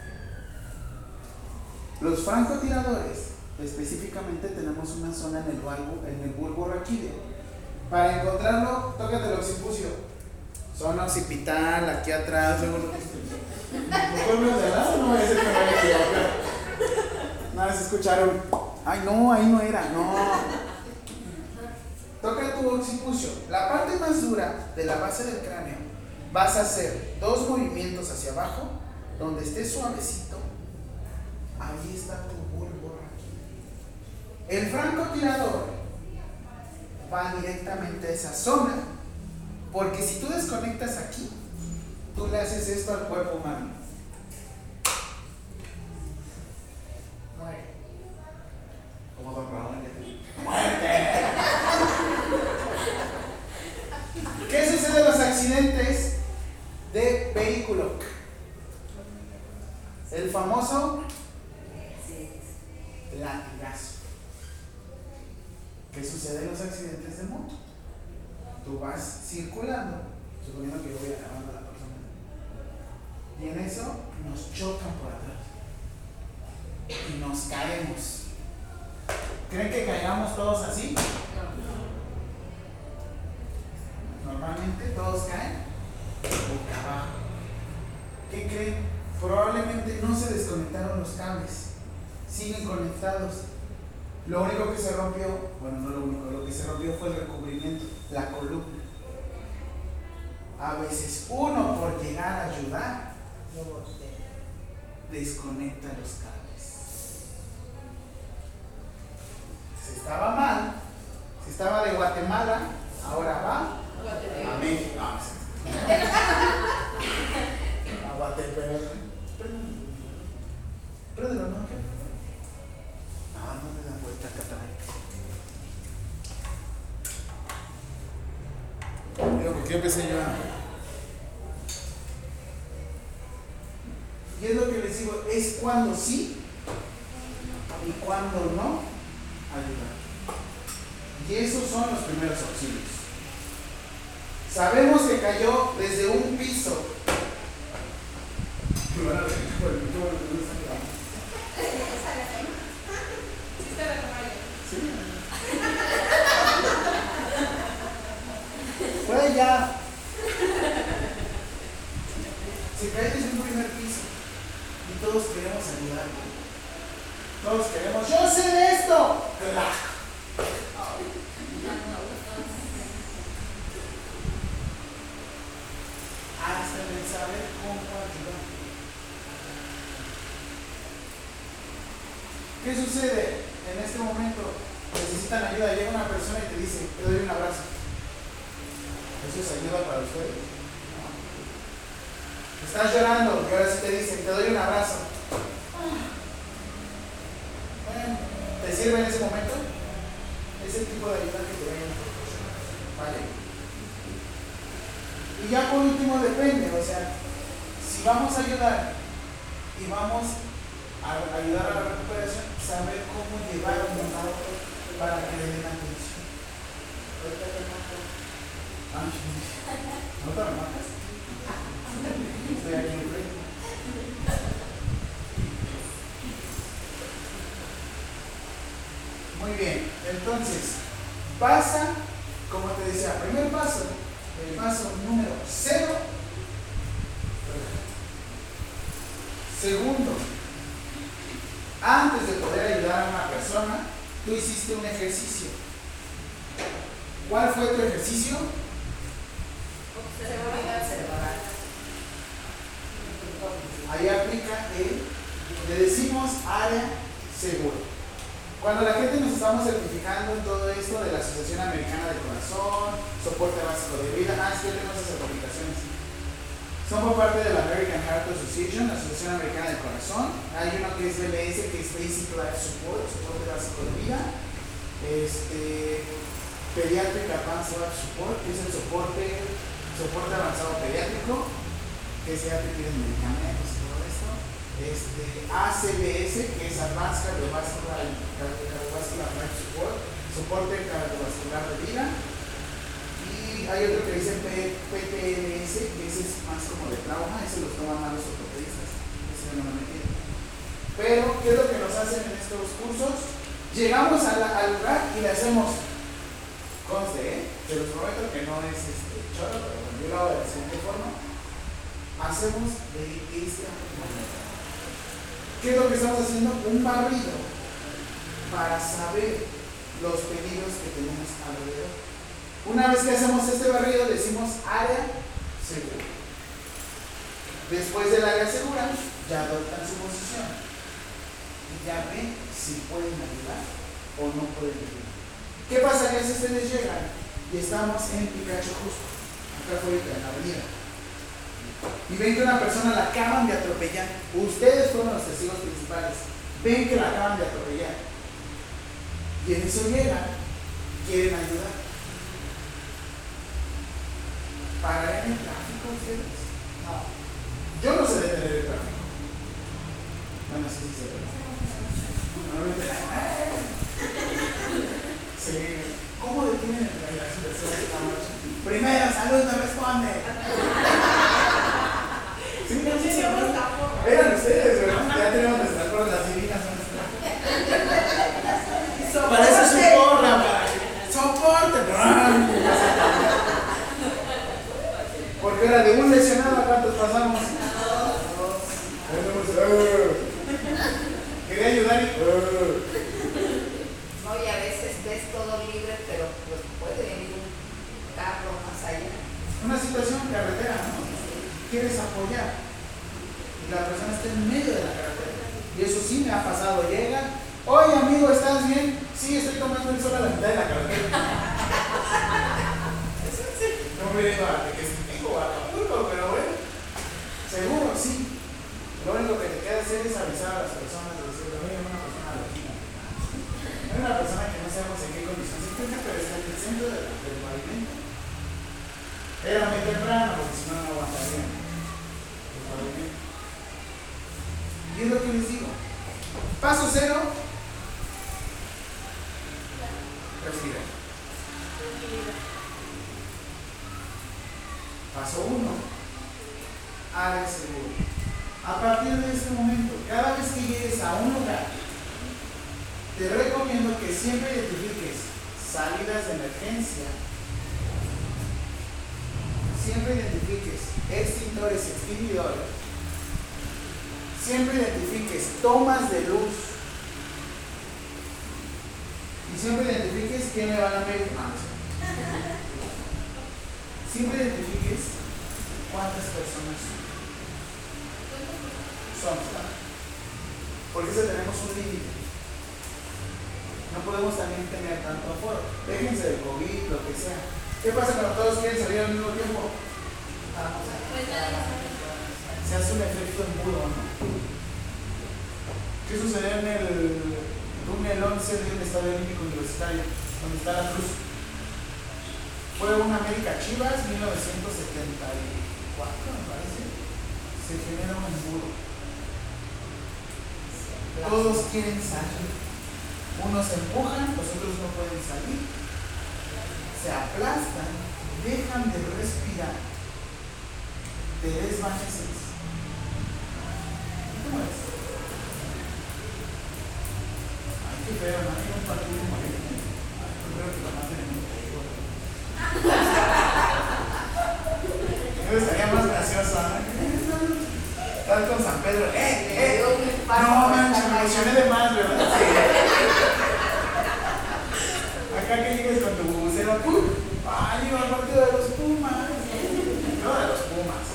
Los francotiradores, específicamente tenemos una zona en el bulbo, en el bulbo raquídeo. Para encontrarlo, tócate el occipucio. Zona occipital, aquí atrás, luego lo de al lado, no voy a decir que me vaya a equivocar. Nada, se escucharon. Ay, no, ahí no era, no. Toca tu occipucio. La parte más dura de la base del cráneo, vas a hacer dos movimientos hacia abajo, donde esté suavecito. Ahí está tu bulbo raquídeo. El francotirador va directamente a esa zona, porque si tú desconectas aquí, tú le haces esto al cuerpo humano. Muere. Como Don Ramón. ¡Muerte! ¿Qué sucede en los accidentes de vehículo? El famoso latigazo. ¿Qué sucede en los accidentes de moto? Tú vas circulando, suponiendo que yo voy acabando a la persona, y en eso nos chocan por atrás y nos caemos. ¿Creen que caigamos todos así? Normalmente todos caen boca abajo. ¿Qué creen? Probablemente no se desconectaron los cables, siguen conectados. Lo único que se rompió, bueno, no lo único, lo que se rompió fue el recubrimiento, la columna. A veces uno, por llegar a ayudar, desconecta los cables. Si estaba mal, si estaba de Guatemala, ahora va a México. Ah, sí. A Guatemala. Préndelo, ¿no? No, no le dan vuelta acá atrás. Digo, ¿por qué empecé yo a...? Y es lo que les digo, es cuando sí y cuando no ayudar. Y esos son los primeros auxilios. Sabemos que cayó desde un piso. Fue ya. Se cae desde un primer piso y todos queremos ayudar. Todos queremos, yo sé de esto. Hasta el saber cómo ayudar. ¿Qué sucede en este momento? Necesitan ayuda, llega una persona y te dice, te doy un abrazo. ¿Eso es ayuda para ustedes? Estás llorando y ahora sí te dicen, te doy un abrazo. Bueno, ¿te sirve en ese momento? Ese tipo de ayuda que te ven. ¿Vale? Y ya por último depende, o sea, si vamos a ayudar y vamos a ayudar a la recuperación, saber cómo llevar a un auto para que le den atención. Ahorita te marco. ¿No te lo marcas? Estoy aquí en frente. Muy bien, entonces pasa, como te decía, primer paso, el paso número cero. Segundo, antes de poder ayudar a una persona, tú hiciste un ejercicio. ¿Cuál fue tu ejercicio? Seguridad cerebral. Ahí aplica el, le decimos área segura. Cuando la gente nos estamos certificando en todo esto de la Asociación Americana del Corazón, soporte básico de vida, ah, es que yo tengo esas certificaciones. Son por parte de la American Heart Association, la Asociación Americana del Corazón. Hay uno que es B L S, que es Basic Life Support, soporte básico de vida. Este, Pediatric Advanced Life Support, que es el soporte, soporte avanzado pediátrico, que se ya te piden medicamentos y todo esto. Este, A C V S, que es Advanced Cardiovascular, Cardiovascular Life Support, soporte cardiovascular de vida. Y hay otro que dice P T L S, que ese es más como de trauma, ese lo toman más los ortopedistas, ese no me metí. Pero, ¿qué es lo que nos hacen en estos cursos? Llegamos a la, al lugar y le hacemos, conste, ¿eh? Se los prometo que no es este choro, pero bueno, yo lo hago de la siguiente forma. Hacemos de esta manera. ¿Qué es lo que estamos haciendo? Un barrido para saber los pedidos que tenemos alrededor. Una vez que hacemos este barrido, decimos área segura. Después del área segura, ya adoptan su posición y ya ven si pueden ayudar o no pueden ayudar. ¿Qué pasaría si ustedes llegan y estamos en Picacho justo, acá afuera en la avenida, y ven que una persona la acaban de atropellar? Ustedes fueron los testigos principales, ven que la acaban de atropellar y en eso llegan, quieren ayudar. ¿Pararán el tráfico ustedes? No. Yo no sé detener el tráfico. Bueno, sí, sí, sí. Sí. ¿Cómo detienen las personas esta noche? Primero, salud, me responde. Sí, no, sí, sí. Eran ustedes, ¿verdad? Ya tenemos nuestras cosas, las divinas son. Para eso es un porra, para que soporte. Porque era de un lesionado, ¿a cuántos pasamos? Dos. Quería ayudar y... No, y a veces ves todo libre, pero pues puede venir un carro más allá. Una situación carretera, ¿no? Quieres apoyar y la persona está en medio de la carretera. Y eso sí me ha pasado. Llega, oye amigo, ¿estás bien? Sí, estoy tomando el sol a la mitad de la carretera. No me digo a que se dijo a Acapulco, pero bueno, seguro, sí. Lo único que te queda hacer es avisar a las personas, decirle, oye, una persona latina. No es una persona que no sabemos en qué condición se encuentra, pero está en el centro del, del pavimento. Era muy temprano, porque si no, no aguantaría. Y es lo que les digo. Paso cero. Respira. Paso uno. Haga seguro. A partir de este momento, cada vez que llegues a un lugar, te recomiendo que siempre identifiques salidas de emergencia, siempre identifiques extintores y extinguidores, siempre identifiques tomas de luz y siempre identifiques quién le van a pedir manos. Siempre identifiques cuántas personas son. Porque eso tenemos un límite. No podemos también tener tanto aforo. Déjense del COVID, lo que sea. ¿Qué pasa cuando todos quieren salir al mismo tiempo? Ah, se hace un efecto embudo, ¿no? ¿Qué sucedió en el túnel once del Estadio Olímpico Universitario, donde está la cruz? Fue una América Chivas, mil novecientos setenta y cuatro, me parece. Se genera un embudo. Todos quieren salir. Unos empujan, los otros no pueden salir. Se aplastan, dejan de respirar. Te desvaneces. ¿Cómo es? Ay, qué feo, ¿no? Hay un partido muy bueno. Yo creo que lo maten en un juego. Eso estaría más gracioso, ¿no? Estar con San Pedro. ¡Eh! ¡Eh! No, manches, me emocioné de más, ¿verdad? Sí. Acá que llegues con tu bubucero, ¡pum! ¡Ay, iba al partido de los Pumas! No, de los Pumas.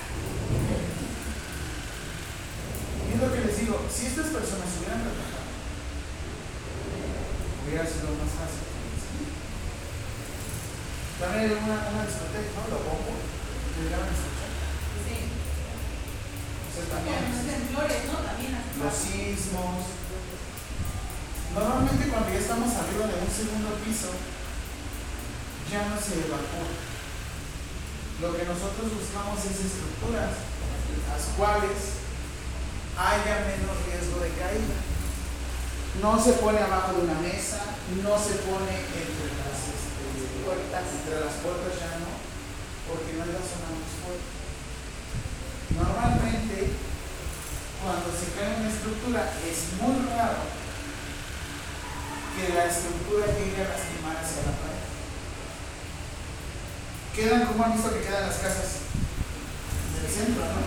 Y es lo que les digo, si estas personas se hubieran relajado, hubiera sido más fácil. También hay una, una discoteca, ¿no? Lo pongo, te llegaron a escuchar. Sí. O sea, también. Los temblores, ¿no? También así. Los sismos. Normalmente cuando ya estamos arriba de un segundo piso, ya no se evacúa. Lo que nosotros buscamos es estructuras las cuales haya menos riesgo de caída. No se pone abajo de una mesa, no se pone entre las este, puertas, entre las puertas ya no, porque no es la zona más fuerte. Normalmente, cuando se cae una estructura, es muy raro que la estructura llegue a lastimar hacia la pared. Quedan, como han visto que quedan las casas del centro, ¿no?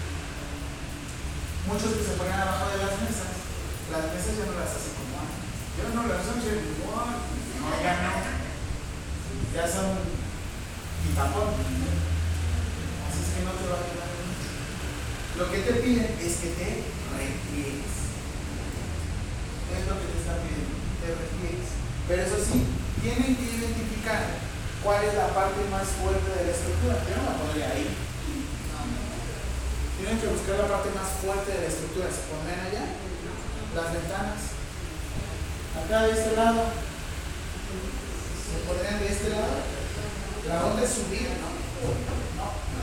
Muchos que se ponen abajo de las mesas, las mesas ya no las hacen como antes. Ya no las hacen igual, no, ya no. Ya son quitapón. Así es que no te va a quedar mucho. Lo que te piden es que te repliegues. Es lo que te están pidiendo, te repliegues. Pero eso sí, tienen que identificar cuál es la parte más fuerte de la estructura. Yo no la pondría ahí. Tienen que buscar la parte más fuerte de la estructura. ¿Se pondrían allá? Las ventanas. Acá de este lado. ¿Se pondrían de este lado? La onda es subir, ¿no? No.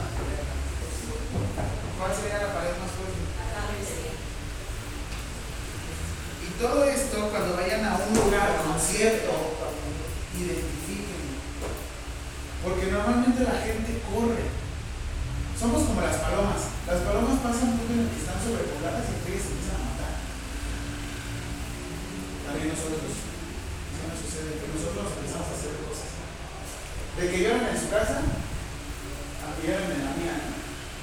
¿Cuál sería la pared más fuerte? Y todo esto, cuando vayan a un lugar concierto, identifiquen. Porque normalmente la gente corre. Somos como las palomas. Las palomas pasan un punto en el que están sobrepobladas y entonces se empiezan a matar. También nosotros, eso nos sucede, que nosotros empezamos a hacer cosas. De que lloran en su casa, a que lloran en la mía, ¿no?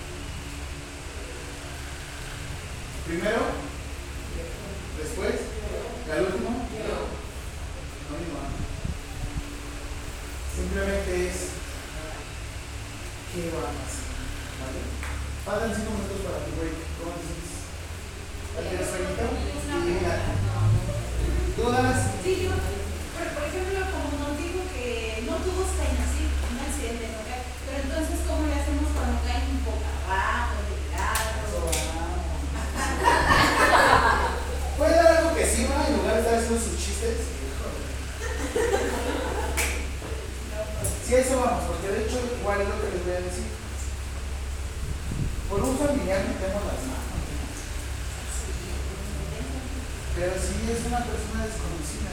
Primero, después, y al último, no mismo. Simplemente es ¿qué va a pasar? ¿Vale? Faltan cinco minutos para tu break. ¿Cómo te sientes? ¿Tienes sueñito? ¿Dudas? Sí, yo, pero por ejemplo, como nos digo que no todos caen así, un accidente no cae, pero entonces, ¿cómo le hacemos cuando caen un poco abajo, de lado? ¿Puede dar algo que sí va en lugar de estar haciendo sus chistes? Si Si a eso vamos, porque de hecho igual es lo que les voy a decir. Por un familiar metemos las manos. Pero si es una persona desconocida,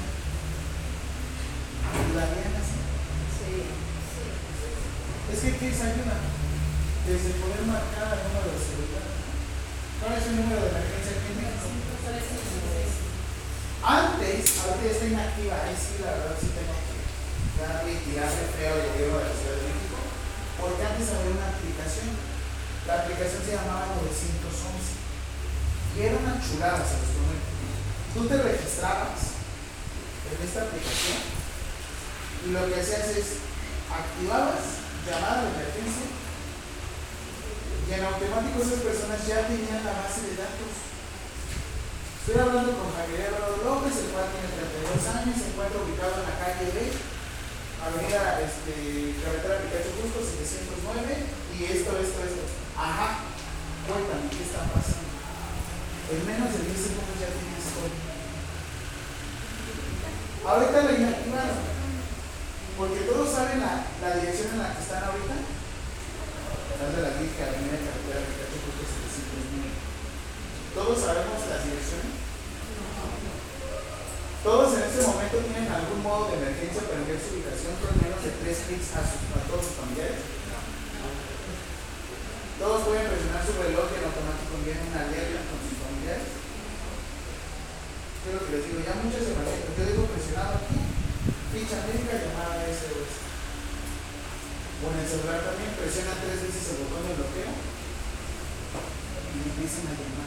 ayudarían así. Sí, sí. Es que ¿qué es ayuda? Desde poder marcar el número de celular. ¿Cuál es el número de emergencia aquí en México? Antes, ahorita está inactiva, ahí sí, la verdad sí tengo que darle y tirarle feo al gobierno de la Ciudad de México. Porque antes había una aplicación. La aplicación se llamaba nueve once. Y era una chulada, se los prometo. Tú te registrabas en esta aplicación y lo que hacías es activabas llamada de emergencia y en automático esas personas ya tenían la base de datos. Estoy hablando con Javier Álvaro López, el cual tiene treinta y dos años, se encuentra ubicado en la calle B, avenida este, carretera Picacho Justo, setecientos nueve, y esto, esto, esto. Ajá, cuéntame, ¿qué está pasando? En menos de diez segundos ya tienes todo. Ahorita lo inactivaron, porque todos saben la, la dirección en la que están ahorita. Las de la Virgen, avenida carretera Picacho Justo, setecientos nueve. ¿Todos sabemos las direcciones? Todos en este momento tienen algún modo de emergencia para enviar su ubicación con menos de tres clics a, sus, a todos sus familiares. Todos pueden presionar su reloj y en automático envían una alerta con sus familiares. Yo lo que les digo, ya muchas emergencias, yo digo presionado aquí, ficha médica, llamada S O S. O en el celular también presiona tres veces el botón de bloqueo y empiezan a llamar.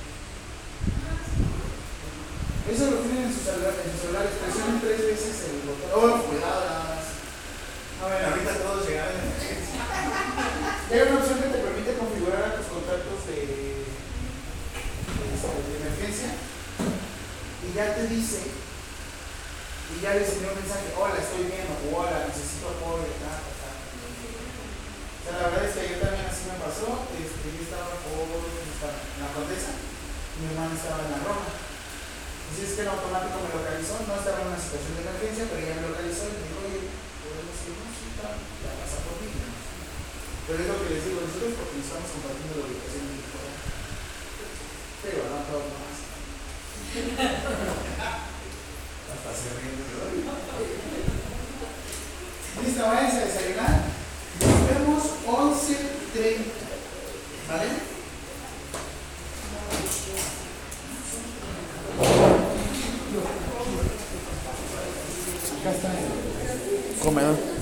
Eso lo tienen en sus celulares, en sus celulares, presionen tres veces el botón. Oh, cuidado nada más. A ver, ahorita todos llegaron en emergencia. Hay una opción que te permite configurar a tus contactos de, de, de emergencia y ya te dice, y ya les envió un mensaje, hola, estoy bien, o hola, necesito apoyo, ta, ta, ta. O sea, la verdad es que ayer también así me pasó. Este, yo estaba por estaba en la Condesa, mi hermana estaba en la Roma. Así es que en automático me localizó, no estaba en una situación de emergencia, pero ya me localizó y me dijo, oye, podemos irnos, sí, ya pasa por mí. Pero es lo que les digo nosotros porque nos estamos compartiendo la ubicación de mi fuera. Pero no todos más. Hasta se ríen de todo. Listo, váyanse a desayunar. Nos vemos once treinta. ¿Vale? Acá está el comedor.